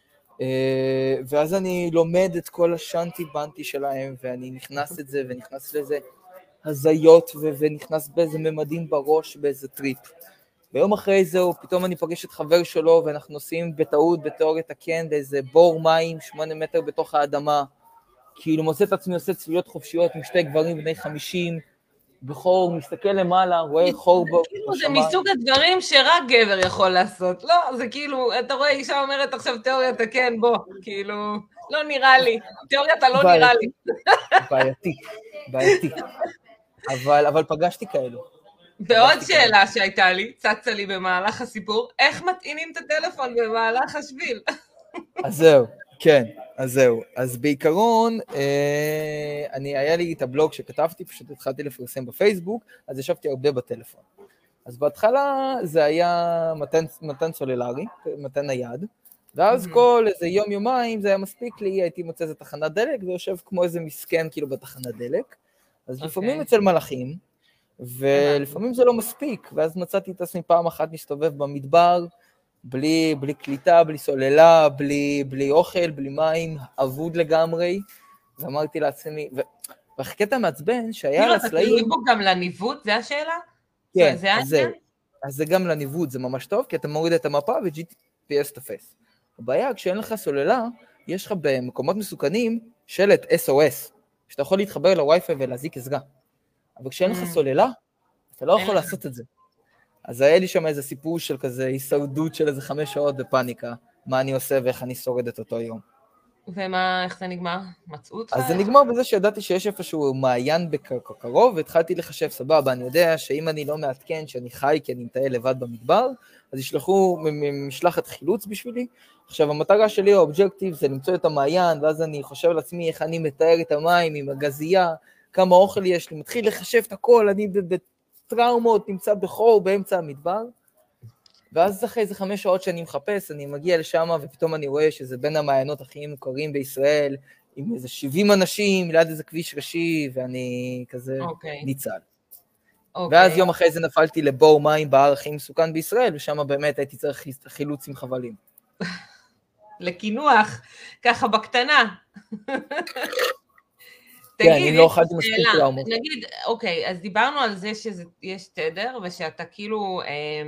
ואז אני לומד את כל השנטי בנטי שלהם, ואני נכנס את זה, ונכנס לזה הזיות, ונכנס באיזה ממדים בראש, באיזה טריפ. ביום אחרי זה, פתאום אני פגש את חבר שלו, ואנחנו נוסעים בטעות, בתיאוריית הכן, באיזה בור מים, שמונה מטר בתוך האדמה, כאילו מוצא את עצמי עושה צפיות חופשיות, עם שתי גברים בני חמישים, בחור, מסתכל למעלה, רואה חור בו. זה מסוג הדברים שרק גבר יכול לעשות, לא, זה כאילו, אתה רואה, אישה אומרת עכשיו תיאוריית הכן, בוא, כאילו, לא נראה לי, תיאוריית הלא נראה לי. בעייתי, בעייתי, אבל פגשתי כאלו. ועוד שאלה שהייתה לי, צצה לי במהלך הסיפור, איך מטעינים את הטלפון במהלך השביל? אז זהו, כן, אז זהו. אז בעיקרון, אה, אני, היה לי את הבלוג שכתבתי, פשוט התחלתי לפרסם בפייסבוק, אז ישבתי הרבה בטלפון. אז בהתחלה זה היה מתן, מתן סוללרי, מתן נייד, ואז mm-hmm. כל איזה יום יומיים זה היה מספיק לי, הייתי מוצא איזה תחנת דלק, ויושב כמו איזה מסכן כאילו בתחנת דלק, אז okay. לפעמים אצל מלאכים, ולפעמים זה לא מספיק, ואז מצאתי את עצמי פעם אחת מסתובב במדבר, בלי, בלי קליטה, בלי סוללה, בלי, בלי אוכל, בלי מים, אבוד לגמרי, ואמרתי לעצמי, ו... והקטע מעצבן שהיה על הסלעים... כאילו, אתה תלוי בו גם לניווט, זה השאלה? כן, זה אז, זה, אז זה גם לניווט, זה ממש טוב, כי אתה מוריד את המפה ו-ג'י פי אס תופס. הבעיה, כשאין לך סוללה, יש לך במקומות מסוכנים שלט אס או אס, שאתה יכול להתחבר לווי-פיי ולהזיק עזרה. אבל כשאין לך סוללה, אתה לא יכול לעשות את זה. אז היה לי שם איזה סיפור של כזה הישרדות של איזה חמש שעות בפאניקה, מה אני עושה ואיך אני שורד את אותו יום. ומה, איך זה נגמר? מצאו אותך? אז זה נגמר בזה שידעתי שיש איפשהו מעיין בקרוב, והתחלתי לחשב סבבה, אני יודע שאם אני לא מעדכן שאני חי כי אני מטייל לבד במדבר, אז ישלחו משלחת חילוץ בשבילי. עכשיו המטרה שלי, האובג'קטיב, זה למצוא את המעיין, ואז אני חושב לעצמי איך אני מתאר את המים עם הגזייה, כמה אוכל יש לי, מתחיל לחשב את הכל, אני בטראומות, נמצא בחור באמצע המדבר, ואז אחרי איזה חמש שעות שאני מחפש, אני מגיע לשם, ופתאום אני רואה שזה בין המעיינות הכי מוכרים בישראל, עם איזה שבעים אנשים, ליד איזה כביש ראשי, ואני כזה okay. ניצל. Okay. ואז יום אחרי זה נפלתי לבור מים בהר הכי מסוכן בישראל, ושם באמת הייתי צריך חילוץ עם חבלים. לכינוח, ככה בקטנה. כן, אני לא אכלתי מספיק טראומות. נגיד, אוקיי, אז דיברנו על זה שיש תדר, ושאתה כאילו,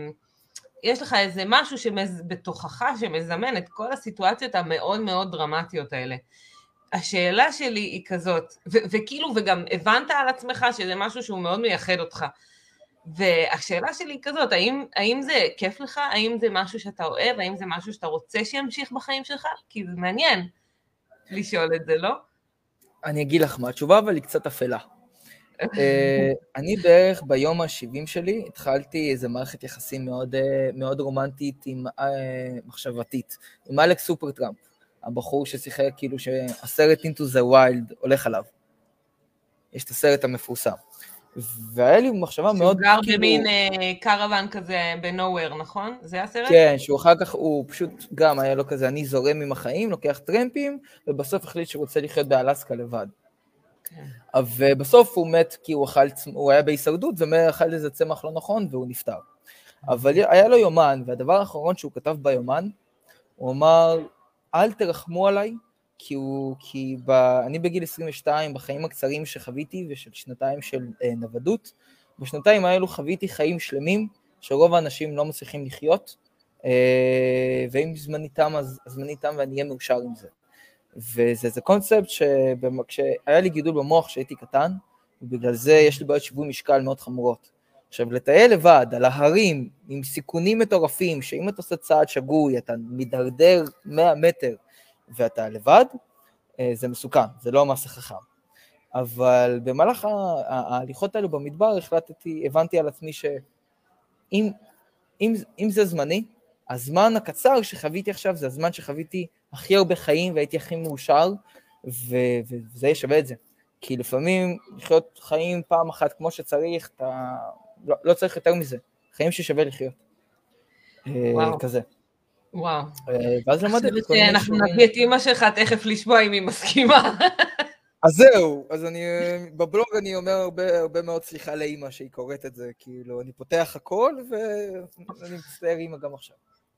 יש לך איזה משהו בתוכך שמזמן את כל הסיטואציות המאוד מאוד דרמטיות האלה. השאלה שלי היא כזאת, וכאילו, וגם הבנת על עצמך שזה משהו שהוא מאוד מייחד אותך. והשאלה שלי היא כזאת, האם, האם זה כיף לך? האם זה משהו שאתה אוהב? האם זה משהו שאתה רוצה שימשיך בחיים שלך? כי זה מעניין לשאול את זה, לא? אני אגיד לך מה, התשובה אבל היא קצת אפלה. אני בערך ביום ה-שבעים שלי התחלתי איזו מערכת יחסים מאוד, מאוד רומנטית, עם, מחשבתית, עם אלכס סופרטראמפ, הבחור ששיחק כאילו שהסרט Into the Wild הולך עליו. יש את הסרט המפורסם. והיה לי מחשבה מאוד... שהוא גר במין קרוון כזה בנוואר, נכון? זה הסרט? כן, שהוא אחר כך, הוא פשוט גם היה לו כזה, אני זורם עם החיים, לוקח טרמפים, ובסוף החליט שהוא רוצה לחיות באלסקה לבד. ובסוף הוא מת כי הוא, אכל, הוא היה בהישרדות, ואכל איזה צמח לא נכון, והוא נפטר. אבל היה לו יומן, והדבר האחרון שהוא כתב ביומן, הוא אמר, אל תרחמו עליי, כי, הוא, כי ב, אני בגיל עשרים ושתיים, בחיים הקצרים שחוויתי, ושל שנתיים של אה, נוודות, בשנתיים האלו חוויתי חיים שלמים, שרוב האנשים לא מצליחים לחיות, אה, ואם זמני תם, אז זמני תם ואני אהיה מאושר עם זה. וזה זה קונספט שהיה לי גידול במוח שהייתי קטן, ובגלל זה יש לי בעיות שיווי משקל מאוד חמורות. עכשיו, לטייל לבד, על ההרים, עם סיכונים מטורפים, שאם אתה עושה צעד שגוי, אתה מדרדר מאה מטר, ואתה לבד, זה מסוכן, זה לא מעשה חכם. אבל במהלך ההליכות האלו במדבר, החלטתי, הבנתי על עצמי שאם אם, אם זה זמני, הזמן הקצר שחוויתי עכשיו, זה הזמן שחוויתי הכי הרבה חיים, והייתי הכי מאושר, ו, וזה ישווה את זה. כי לפעמים לחיות חיים פעם אחת כמו שצריך, אתה לא, לא צריך יותר מזה. חיים ששווה לחיות. וואו. כזה. וואו. ואז למדתי. אנחנו נביא את אמא שלך תכף לשמוע אם היא מסכימה. אז זהו, אז אני, בבלוג אני אומר הרבה, הרבה מאוד סליחה לאמא שהיא קוראת את זה, כאילו אני פותח הכל ואני מצטער אמא גם עכשיו.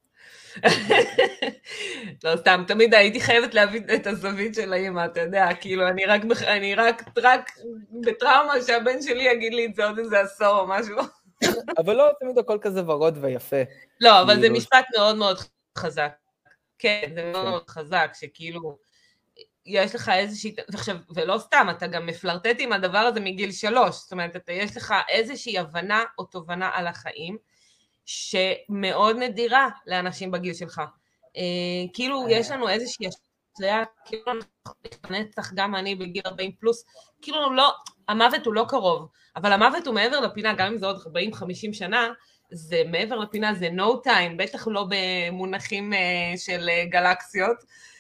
לא סתם, תמיד הייתי חייבת להביא את הזווית של האמא, אתה יודע, כאילו אני רק, אני רק, רק בטראומה שהבן שלי יגיד לי את זה עוד איזה עשור או משהו. אבל לא, תמיד הכל כזה ורוד ויפה. לא, אבל זה משפט מאוד מאוד חזק. כן, זה מאוד מאוד חזק, שכאילו, יש לך איזושהי, עכשיו, ולא סתם, אתה גם מפלרטט עם הדבר הזה מגיל שלוש, זאת אומרת, אתה, יש לך איזושהי הבנה או תובנה על החיים, שמאוד נדירה לאנשים בגיל שלך. אה, כאילו, יש לנו איזושהי אשליה, כאילו, נצח גם אני בגיל ארבעים פלוס, כאילו, לא, המוות הוא לא קרוב, אבל המוות הוא מעבר לפינה, גם אם זה עוד ארבעים חמישים שנה, זה מעבר לפינה, זה no time, בטח לא במונחים של גלקסיות,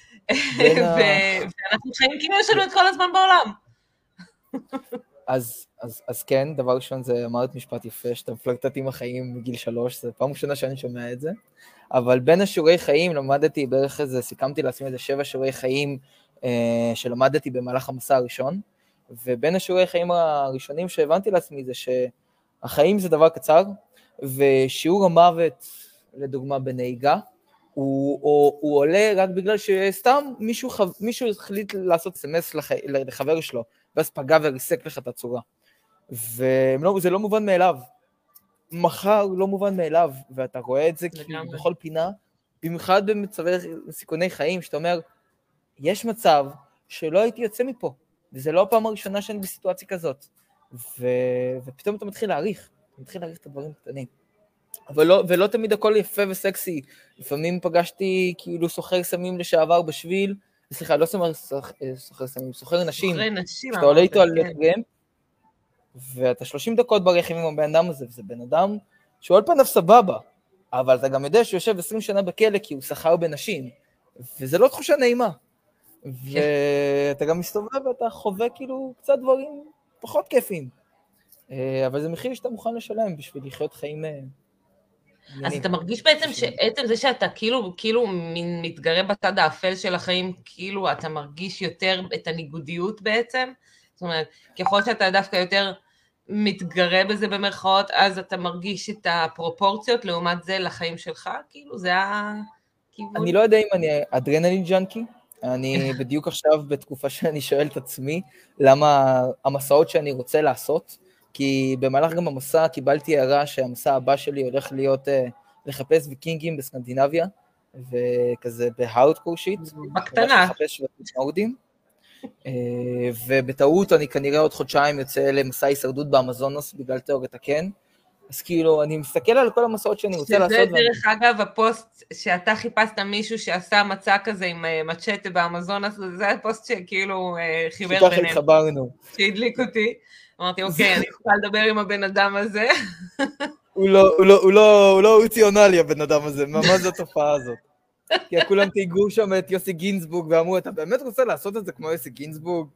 ואנחנו חיים כאילו יש לנו את כל הזמן בעולם. אז, אז, אז כן, דבר ראשון זה אמרת משפט יפה, שאתה מפלרטט עם החיים מגיל שלוש, זה פעם ראשונה שאני שומע את זה, אבל בין השיעורי חיים למדתי בערך איזה, סיכמתי לעצמי איזה שבע שיעורי חיים אה, שלמדתי במהלך המסע הראשון, ובין השיעורי חיים הראשונים שהבנתי לעצמי זה שהחיים זה דבר קצר, ושיעור המוות, לדוגמה בנהיגה, הוא, הוא, הוא עולה רק בגלל שסתם מישהו, מישהו החליט לעשות סמס לח, לחבר שלו, ואז פגע וריסק לך את הצורה. וזה לא מובן מאליו. מחר לא מובן מאליו, ואתה רואה את זה כאילו בכל פינה, במיוחד במצבי סיכוני חיים, שאתה אומר, יש מצב שלא הייתי יוצא מפה, וזה לא הפעם הראשונה שאני בסיטואציה כזאת. ו, ופתאום אתה מתחיל להעריך, אתה מתחיל להעריך את הדברים הקטנים. אבל לא, ולא תמיד הכל יפה וסקסי. לפעמים פגשתי כאילו סוחר סמים לשעבר בשביל, סליחה, לא סוחר סמים, סוחר נשים. סוחר נשים. שאתה עולה איתו על רמפ, ואתה שלושים דקות ברכב עם הבן אדם הזה, וזה בן אדם שהוא על פניו סבבה, אבל אתה גם יודע שהוא יושב עשרים שנה בכלא כי הוא סחר בנשים, וזה לא תחושה נעימה. ואתה גם מסתובב ואתה חווה כאילו קצת דברים פחות כיפים. אבל זה מחיר שאתה מוכן לשלם בשביל לחיות חיים... אז אתה מרגיש בעצם שעצם זה שאתה כאילו, כאילו מתגרה בצד האפל של החיים, כאילו אתה מרגיש יותר את הניגודיות בעצם? זאת אומרת, ככל שאתה דווקא יותר מתגרה בזה במרכאות, אז אתה מרגיש את הפרופורציות לעומת זה לחיים שלך? כאילו זה הכיוון? אני לא יודע אם אני אדרנלין ג'אנקי, אני בדיוק עכשיו בתקופה שאני שואל את עצמי, למה המסעות שאני רוצה לעשות, כי במהלך גם המסע קיבלתי הערה שהמסע הבא שלי הולך להיות uh, לחפש ויקינגים בסקנדינביה, וכזה בהארדקור שיט. בקטנה. הולך לחפש שבטים הורדים. uh, ובטעות אני כנראה עוד חודשיים יוצא למסע הישרדות באמזונוס בגלל תיאוריית הכן. אז כאילו אני מסתכל על כל המסעות שאני רוצה לעשות. שזה דרך אגב הפוסט שאתה חיפשת מישהו שעשה מצע כזה עם מצ'טה באמזונוס, זה הפוסט שכאילו חיבר בינינו. שככה התחברנו. שהדליק אותי. אמרתי, אוקיי, אני יכולה לדבר עם הבן אדם הזה. הוא לא, הוא לא, הוא לא, הוא לא אוציונלי, הבן אדם הזה, ממש זו התופעה הזאת. כי כולם תיגעו שם את יוסי גינזבורג, ואמרו, אתה באמת רוצה לעשות את זה כמו יוסי גינזבורג?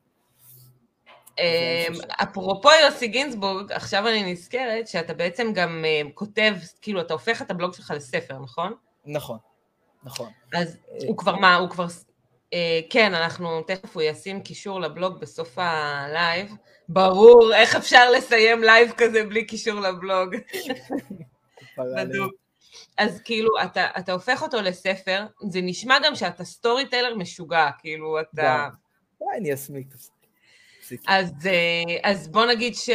אפרופו יוסי גינזבורג, עכשיו אני נזכרת שאתה בעצם גם כותב, כאילו, אתה הופך את הבלוג שלך לספר, נכון? נכון, נכון. אז הוא כבר מה, הוא כבר... כן, אנחנו תכף הוא ישים קישור לבלוג בסוף הלייב. ברור, איך אפשר לסיים לייב כזה בלי קישור לבלוג? בדיוק. אז כאילו, אתה, אתה הופך אותו לספר, זה נשמע גם שאתה סטורי טיילר משוגע, כאילו אתה... וואי, אני אסמיק. אז, אז בוא נגיד ש...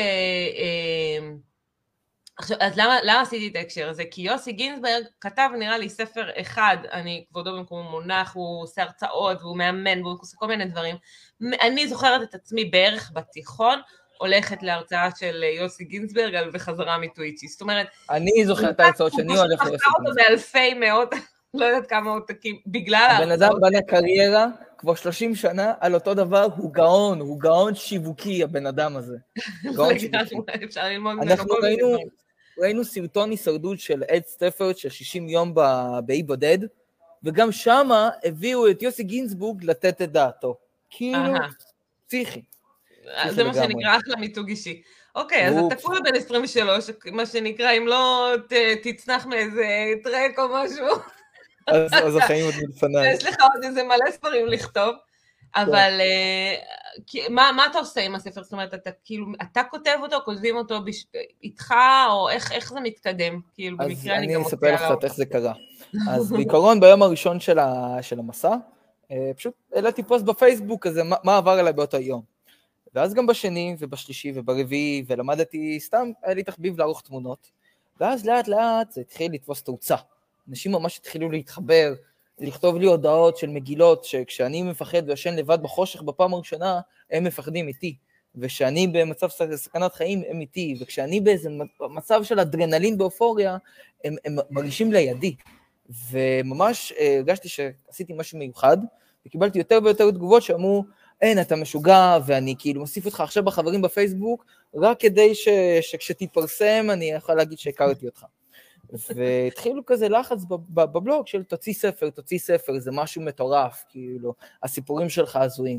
עכשיו, אז למה, למה עשיתי את ההקשר הזה? כי יוסי גינזברג כתב נראה לי ספר אחד, אני כבודו במקום מונח, הוא עושה הרצאות והוא מאמן והוא עושה כל מיני דברים. אני זוכרת את עצמי בערך בתיכון, הולכת להרצאה של יוסי גינזברג על וחזרה מטוויצ'י. זאת אומרת... אני זוכרת את ההרצאות שאני הולך ליוסי גינזברג. הוא פחד אותו באלפי מאות, לא יודעת כמה עותקים, בגלל... הבן אדם בנה קריירה כבר שלושים שנה על אותו דבר, הוא גאון, הוא גאון שיווקי, הבן אדם הזה. גאון שיווקי. אפשר ללמוד ממנו. אנחנו ראינו... ראינו סרטון הישרדות של אד סטפורד של שישים יום באי בודד, וגם שמה הביאו את יוסי גינזבורג לתת את דעתו. כאילו, פסיכי. זה מה שנקרא אחלה מיתוג אישי. אוקיי, אז אתה כולה בן עשרים ושלוש, מה שנקרא, אם לא תצנח מאיזה טרק או משהו. אז החיים עוד מלפניי. יש לך עוד איזה מלא ספרים לכתוב. אבל מה, מה אתה עושה עם הספר? זאת אומרת, אתה כאילו, אתה כותב אותו, כותבים אותו איתך, או איך, איך זה מתקדם? כאילו, במקרה אני גם מוצאה לו. אז אני אספר לך איך זה קרה. אז בעיקרון, ביום הראשון של, ה, של המסע, פשוט העליתי פוסט בפייסבוק, כזה, מה, מה עבר עליי באותו יום. ואז גם בשני, ובשלישי, וברביעי, ולמדתי, סתם, היה לי תחביב לערוך תמונות. ואז לאט לאט זה התחיל לתפוס תאוצה. אנשים ממש התחילו להתחבר, לכתוב לי הודעות של מגילות, שכשאני מפחד וישן לבד בחושך בפעם הראשונה, הם מפחדים איתי, וכשאני במצב סכנת חיים, הם איתי, וכשאני באיזה מצב של אדרנלין באופוריה, הם, הם מרגישים לידי, וממש הרגשתי שעשיתי משהו מיוחד, וקיבלתי יותר ויותר תגובות שאמרו, אין, אתה משוגע, ואני כאילו מוסיף אותך עכשיו בחברים בפייסבוק, רק כדי ש, שכשתתפרסם, אני יכול להגיד שהכרתי אותך. והתחילו כזה לחץ בבלוג של תוציא ספר, תוציא ספר, זה משהו מטורף, כאילו, הסיפורים שלך הזויים.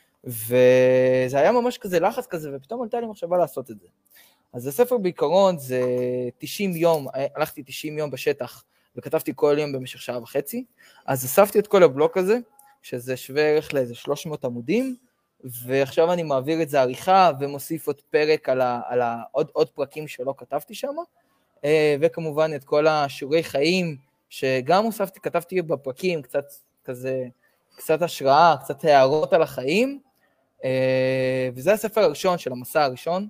וזה היה ממש כזה לחץ כזה, ופתאום עלתה לי מחשבה לעשות את זה. אז הספר בעיקרון זה תשעים יום, הלכתי תשעים יום בשטח, וכתבתי כל יום במשך שעה וחצי, אז אספתי את כל הבלוג הזה, שזה שווה ערך לאיזה שלוש מאות עמודים, ועכשיו אני מעביר את זה עריכה, ומוסיף עוד פרק על, ה, על ה, עוד, עוד פרקים שלא כתבתי שם, וכמובן את כל השיעורי חיים, שגם הוספתי, כתבתי בפרקים, קצת כזה, קצת השראה, קצת הערות על החיים, וזה הספר הראשון של המסע הראשון,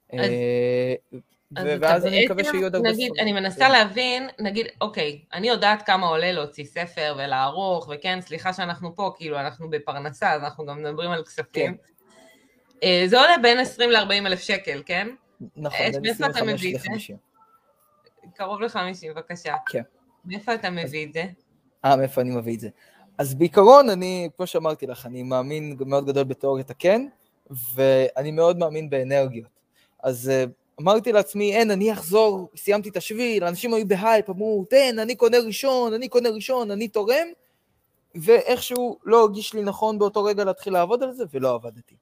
ואז אני מקווה שיהיו עוד הרבה ספרים. אני מנסה להבין, נגיד, אוקיי, אני יודעת כמה עולה להוציא ספר ולערוך, וכן, סליחה שאנחנו פה, כאילו אנחנו בפרנסה, אז אנחנו גם מדברים על כספים. זה עולה בין עשרים לארבעים אלף שקל, כן? נכון, בין עשרים וחמש לחמישים. קרוב ל-חמישים, בבקשה. כן. מאיפה אתה מביא את זה? אה, מאיפה אני מביא את זה? אז בעיקרון, אני, כמו שאמרתי לך, אני מאמין מאוד גדול בתיאוריית הכן, ואני מאוד מאמין באנרגיות. אז אמרתי לעצמי, אין, אני אחזור, סיימתי את השביל, אנשים היו בהייפ, אמרו, תן, אני קונה ראשון, אני קונה ראשון, אני תורם, ואיכשהו לא הרגיש לי נכון באותו רגע להתחיל לעבוד על זה, ולא עבדתי.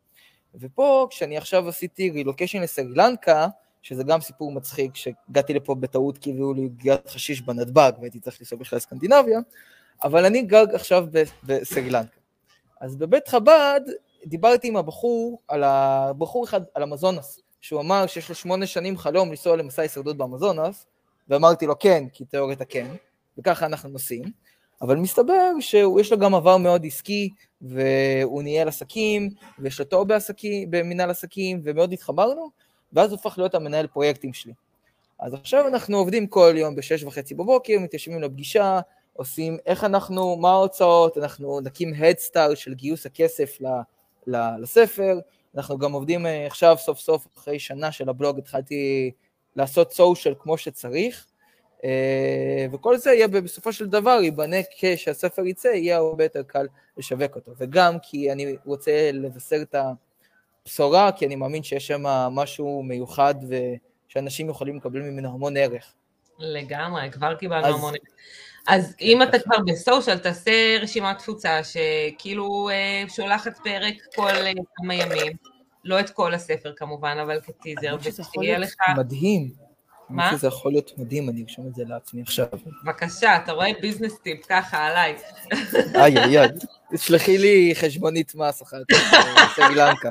ופה, כשאני עכשיו עשיתי רילוקיישן לסרילנקה, שזה גם סיפור מצחיק, שהגעתי לפה בטעות כי הביאו לי גריעת חשיש בנתב"ג, והייתי צריך לנסוע בכלל לסקנדינביה, אבל אני גר עכשיו בסרילנקה. אז בבית חב"ד דיברתי עם הבחור, על הבחור אחד, על המזונס, שהוא אמר שיש לו שמונה שנים חלום לנסוע למסע הישרדות באמזונס, ואמרתי לו כן, כי תיאורטה כן, וככה אנחנו נוסעים, אבל מסתבר שיש לו גם עבר מאוד עסקי, והוא ניהל עסקים, ויש לו תואר בעסקים, במנהל עסקים, ומאוד התחברנו, ואז הוא הופך להיות המנהל פרויקטים שלי. אז עכשיו אנחנו עובדים כל יום בשש וחצי בבוקר, מתיישבים לפגישה, עושים איך אנחנו, מה ההוצאות, אנחנו נקים Head Start של גיוס הכסף ל, ל, לספר, אנחנו גם עובדים עכשיו סוף סוף, אחרי שנה של הבלוג, התחלתי לעשות סושיאל כמו שצריך, וכל זה יהיה בסופו של דבר, ייבנה כשהספר יצא, יהיה הרבה יותר קל לשווק אותו, וגם כי אני רוצה לבשר את הבשורה, כי אני מאמין שיש שם משהו מיוחד, ושאנשים יכולים לקבל ממנו המון ערך. לגמרי, כבר קיבלנו המון ערך. אז אם אתה כבר בסושיאל, תעשה רשימת תפוצה, שכאילו שולחת פרק כל כמה ימים, לא את כל הספר כמובן, אבל כטיזר, ותהיה לך... מדהים. מה? זה יכול להיות מדהים, אני ארשום את זה לעצמי עכשיו. בבקשה, אתה רואה ביזנס טיפ ככה עליי. איי, איי, איי. תשלחי לי חשבונית מס אחת, סרילנקה.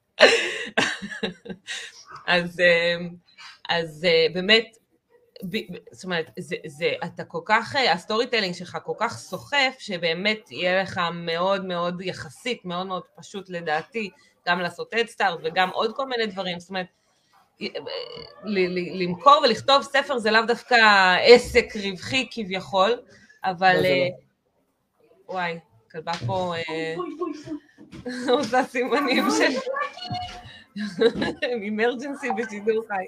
אז, אז באמת, זאת אומרת, זה, זה, אתה כל כך, הסטורי טיילינג שלך כל כך סוחף, שבאמת יהיה לך מאוד מאוד יחסית, מאוד מאוד פשוט לדעתי, גם לעשות Head Start וגם עוד כל מיני דברים, זאת אומרת, למכור ולכתוב ספר זה לאו דווקא עסק רווחי כביכול, אבל וואי, כלבה פה עושה סימנים של אמרג'נסי בשידור חי.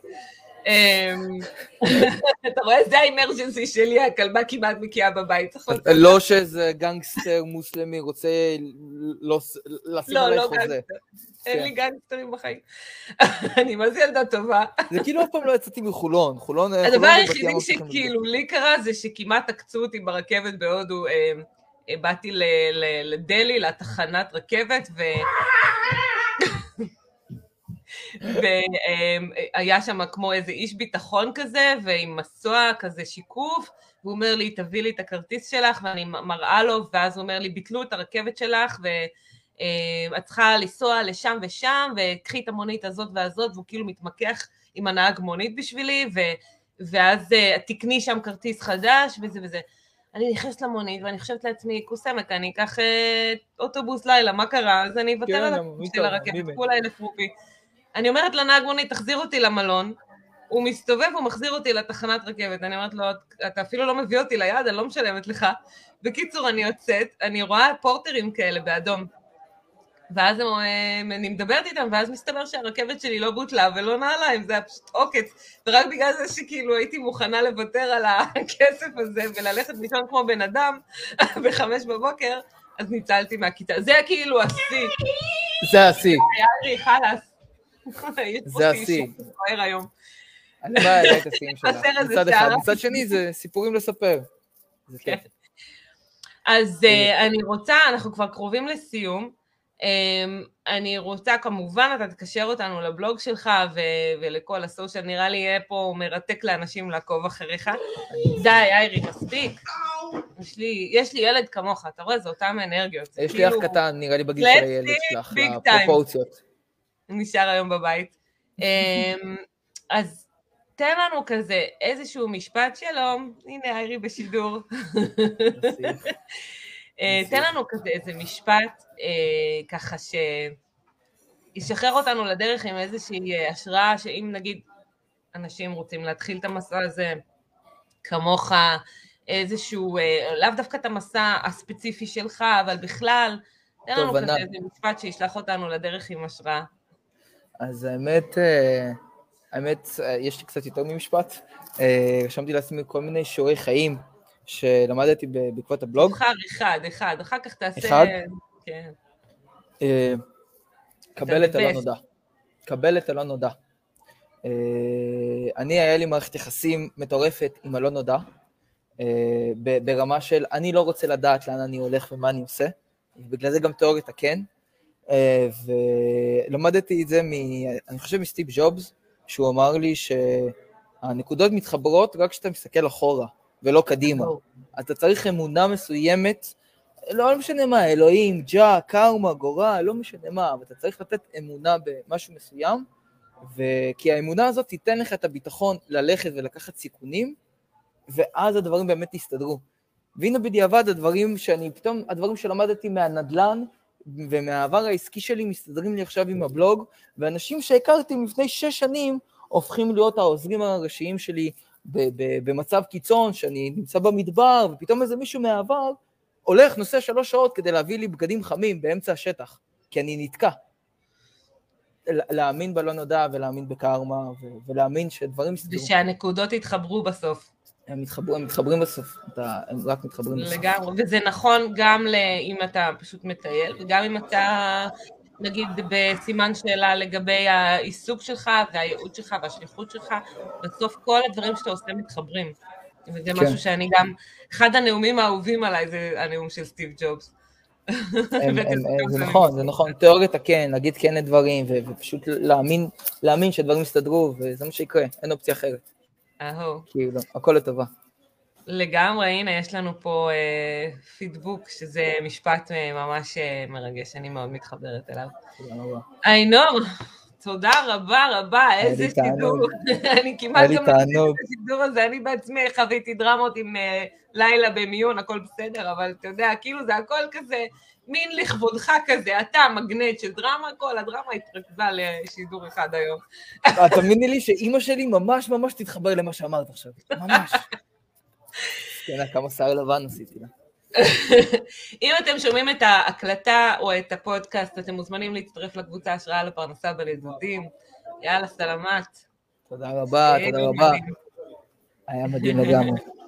אתה רואה, זה האמרג'נסי שלי, הכלבה כמעט מקיאה בבית. לא שזה גנגסטר מוסלמי רוצה לשים עלי חוזה. אין לי גנגסטרים בחיים. אני מה זה ילדה טובה. זה כאילו אף פעם לא יצאתי מחולון. הדבר היחידי שכאילו לי קרה זה שכמעט עקצו אותי ברכבת בהודו. באתי לדלי, לתחנת רכבת, והיה שם כמו איזה איש ביטחון כזה, ועם מסוע כזה שיקוף, והוא אומר לי, תביא לי את הכרטיס שלך, ואני מראה לו, ואז הוא אומר לי, ביטלו את הרכבת שלך, ואת צריכה לנסוע לשם ושם, וקחי את המונית הזאת והזאת, והוא כאילו מתמקח עם הנהג מונית בשבילי, ואז תקני שם כרטיס חדש, וזה וזה. אני נכנסת למונית, ואני חושבת לעצמי, קוסמק, אני אקח אוטובוס לילה, מה קרה? אז אני אוותר על הכרטיס של הרכבת, כולה אלף רופי. אני אומרת לנהג מונית, תחזיר אותי למלון, הוא מסתובב ומחזיר אותי לתחנת רכבת, אני אומרת לו, אתה אפילו לא מביא אותי ליד, אני לא משלמת לך. בקיצור, אני יוצאת, אני רואה פורטרים כאלה באדום, ואז אני מדברת איתם, ואז מסתבר שהרכבת שלי לא בוטלה ולא נעליים, זה היה פשוט עוקץ, ורק בגלל זה שכאילו הייתי מוכנה לוותר על הכסף הזה, וללכת לישון כמו בן אדם, בחמש בבוקר, אז ניצלתי מהכיתה. זה כאילו השיא. זה השיא. היה לי חלס. זה השיא. אני באה אליי את השיאים שלה. מצד אחד, מצד שני זה סיפורים לספר. אז אני רוצה, אנחנו כבר קרובים לסיום, אני רוצה כמובן, אתה תקשר אותנו לבלוג שלך ולכל הסושיאל, נראה לי יהיה פה מרתק לאנשים לעקוב אחריך. די, איירי, מספיק. יש לי ילד כמוך, אתה רואה, זה אותם אנרגיות. יש לי אח קטן, נראה לי בגיל של הילד שלך, לפרופורציות. נשאר היום בבית. אז תן לנו כזה איזשהו משפט שלום, הנה איירי בשידור. תן לנו כזה איזה משפט, ככה שישחרר אותנו לדרך עם איזושהי השראה, שאם נגיד אנשים רוצים להתחיל את המסע הזה, כמוך, איזשהו, לאו דווקא את המסע הספציפי שלך, אבל בכלל, תן לנו כזה איזה משפט שישלח אותנו לדרך עם השראה. אז האמת, האמת, יש לי קצת יותר ממשפט, רשמתי לעצמי כל מיני שיעורי חיים, שלמדתי בעקבות הבלוג. תבחר אחד, אחד, אחר כך תעשה... אחד? כן. קבל את הלא נודע. קבל את הלא נודע. אני, היה לי מערכת יחסים מטורפת עם הלא נודע, ברמה של אני לא רוצה לדעת לאן אני הולך ומה אני עושה, ובגלל זה גם תיאורית הכן, ולמדתי את זה, אני חושב מסטיב ג'ובס, שהוא אמר לי שהנקודות מתחברות רק כשאתה מסתכל אחורה, ולא קדימה. אתה צריך אמונה מסוימת, לא משנה מה, אלוהים, ג'ה, קרמה, גורל, לא משנה מה, אבל אתה צריך לתת אמונה במשהו מסוים, כי האמונה הזאת תיתן לך את הביטחון ללכת ולקחת סיכונים, ואז הדברים באמת יסתדרו. והנה בדיעבד הדברים שאני, פתאום הדברים שלמדתי מהנדלן, ומהעבר העסקי שלי מסתדרים לי עכשיו עם הבלוג, ואנשים שהכרתי לפני שש שנים, הופכים להיות העוזרים הראשיים שלי, במצב קיצון, שאני נמצא במדבר, ופתאום איזה מישהו מהעבר, הולך, נוסע שלוש שעות, כדי להביא לי בגדים חמים באמצע השטח, כי אני נתקע. להאמין בלא נודע, ולהאמין בקרמה, ולהאמין שדברים מסתדרו. ושהנקודות יתחברו בסוף. הם מתחברים, הם מתחברים בסוף, הם רק מתחברים בסוף. לגמרי, וזה נכון גם אם אתה פשוט מטייל, וגם אם אתה, נגיד, בסימן שאלה לגבי העיסוק שלך, והייעוד שלך, והשליחות שלך, בסוף כל הדברים שאתה עושה מתחברים. וזה משהו שאני גם, אחד הנאומים האהובים עליי זה הנאום של סטיב ג'ובס. זה נכון, זה נכון, תיאוריית הכן, להגיד כן לדברים, ופשוט להאמין שדברים יסתדרו, וזה מה שיקרה, אין אופציה אחרת. אהו. כאילו, הכל לטובה. לגמרי, הנה, יש לנו פה פידבוק, שזה משפט ממש מרגש, אני מאוד מתחברת אליו. תודה רבה. איינור, תודה רבה רבה, איזה שידור. אני כמעט גם מנהלת את השידור הזה, אני בעצמי חוויתי דרמות עם לילה במיון, הכל בסדר, אבל אתה יודע, כאילו זה הכל כזה, מין לכבודך כזה, אתה מגנט של דרמה, כל הדרמה התרכבה לשידור אחד היום. תאמיני לי שאימא שלי ממש ממש תתחבר למה שאמרת עכשיו, ממש. כן, כמה שיער לבן עשיתי לה. אם אתם שומעים את ההקלטה או את הפודקאסט, אתם מוזמנים להצטרף לקבוצה השראה לפרנסה בלידודים. יאללה, סלמת. תודה רבה, תודה רבה. היה מדהים לגמרי.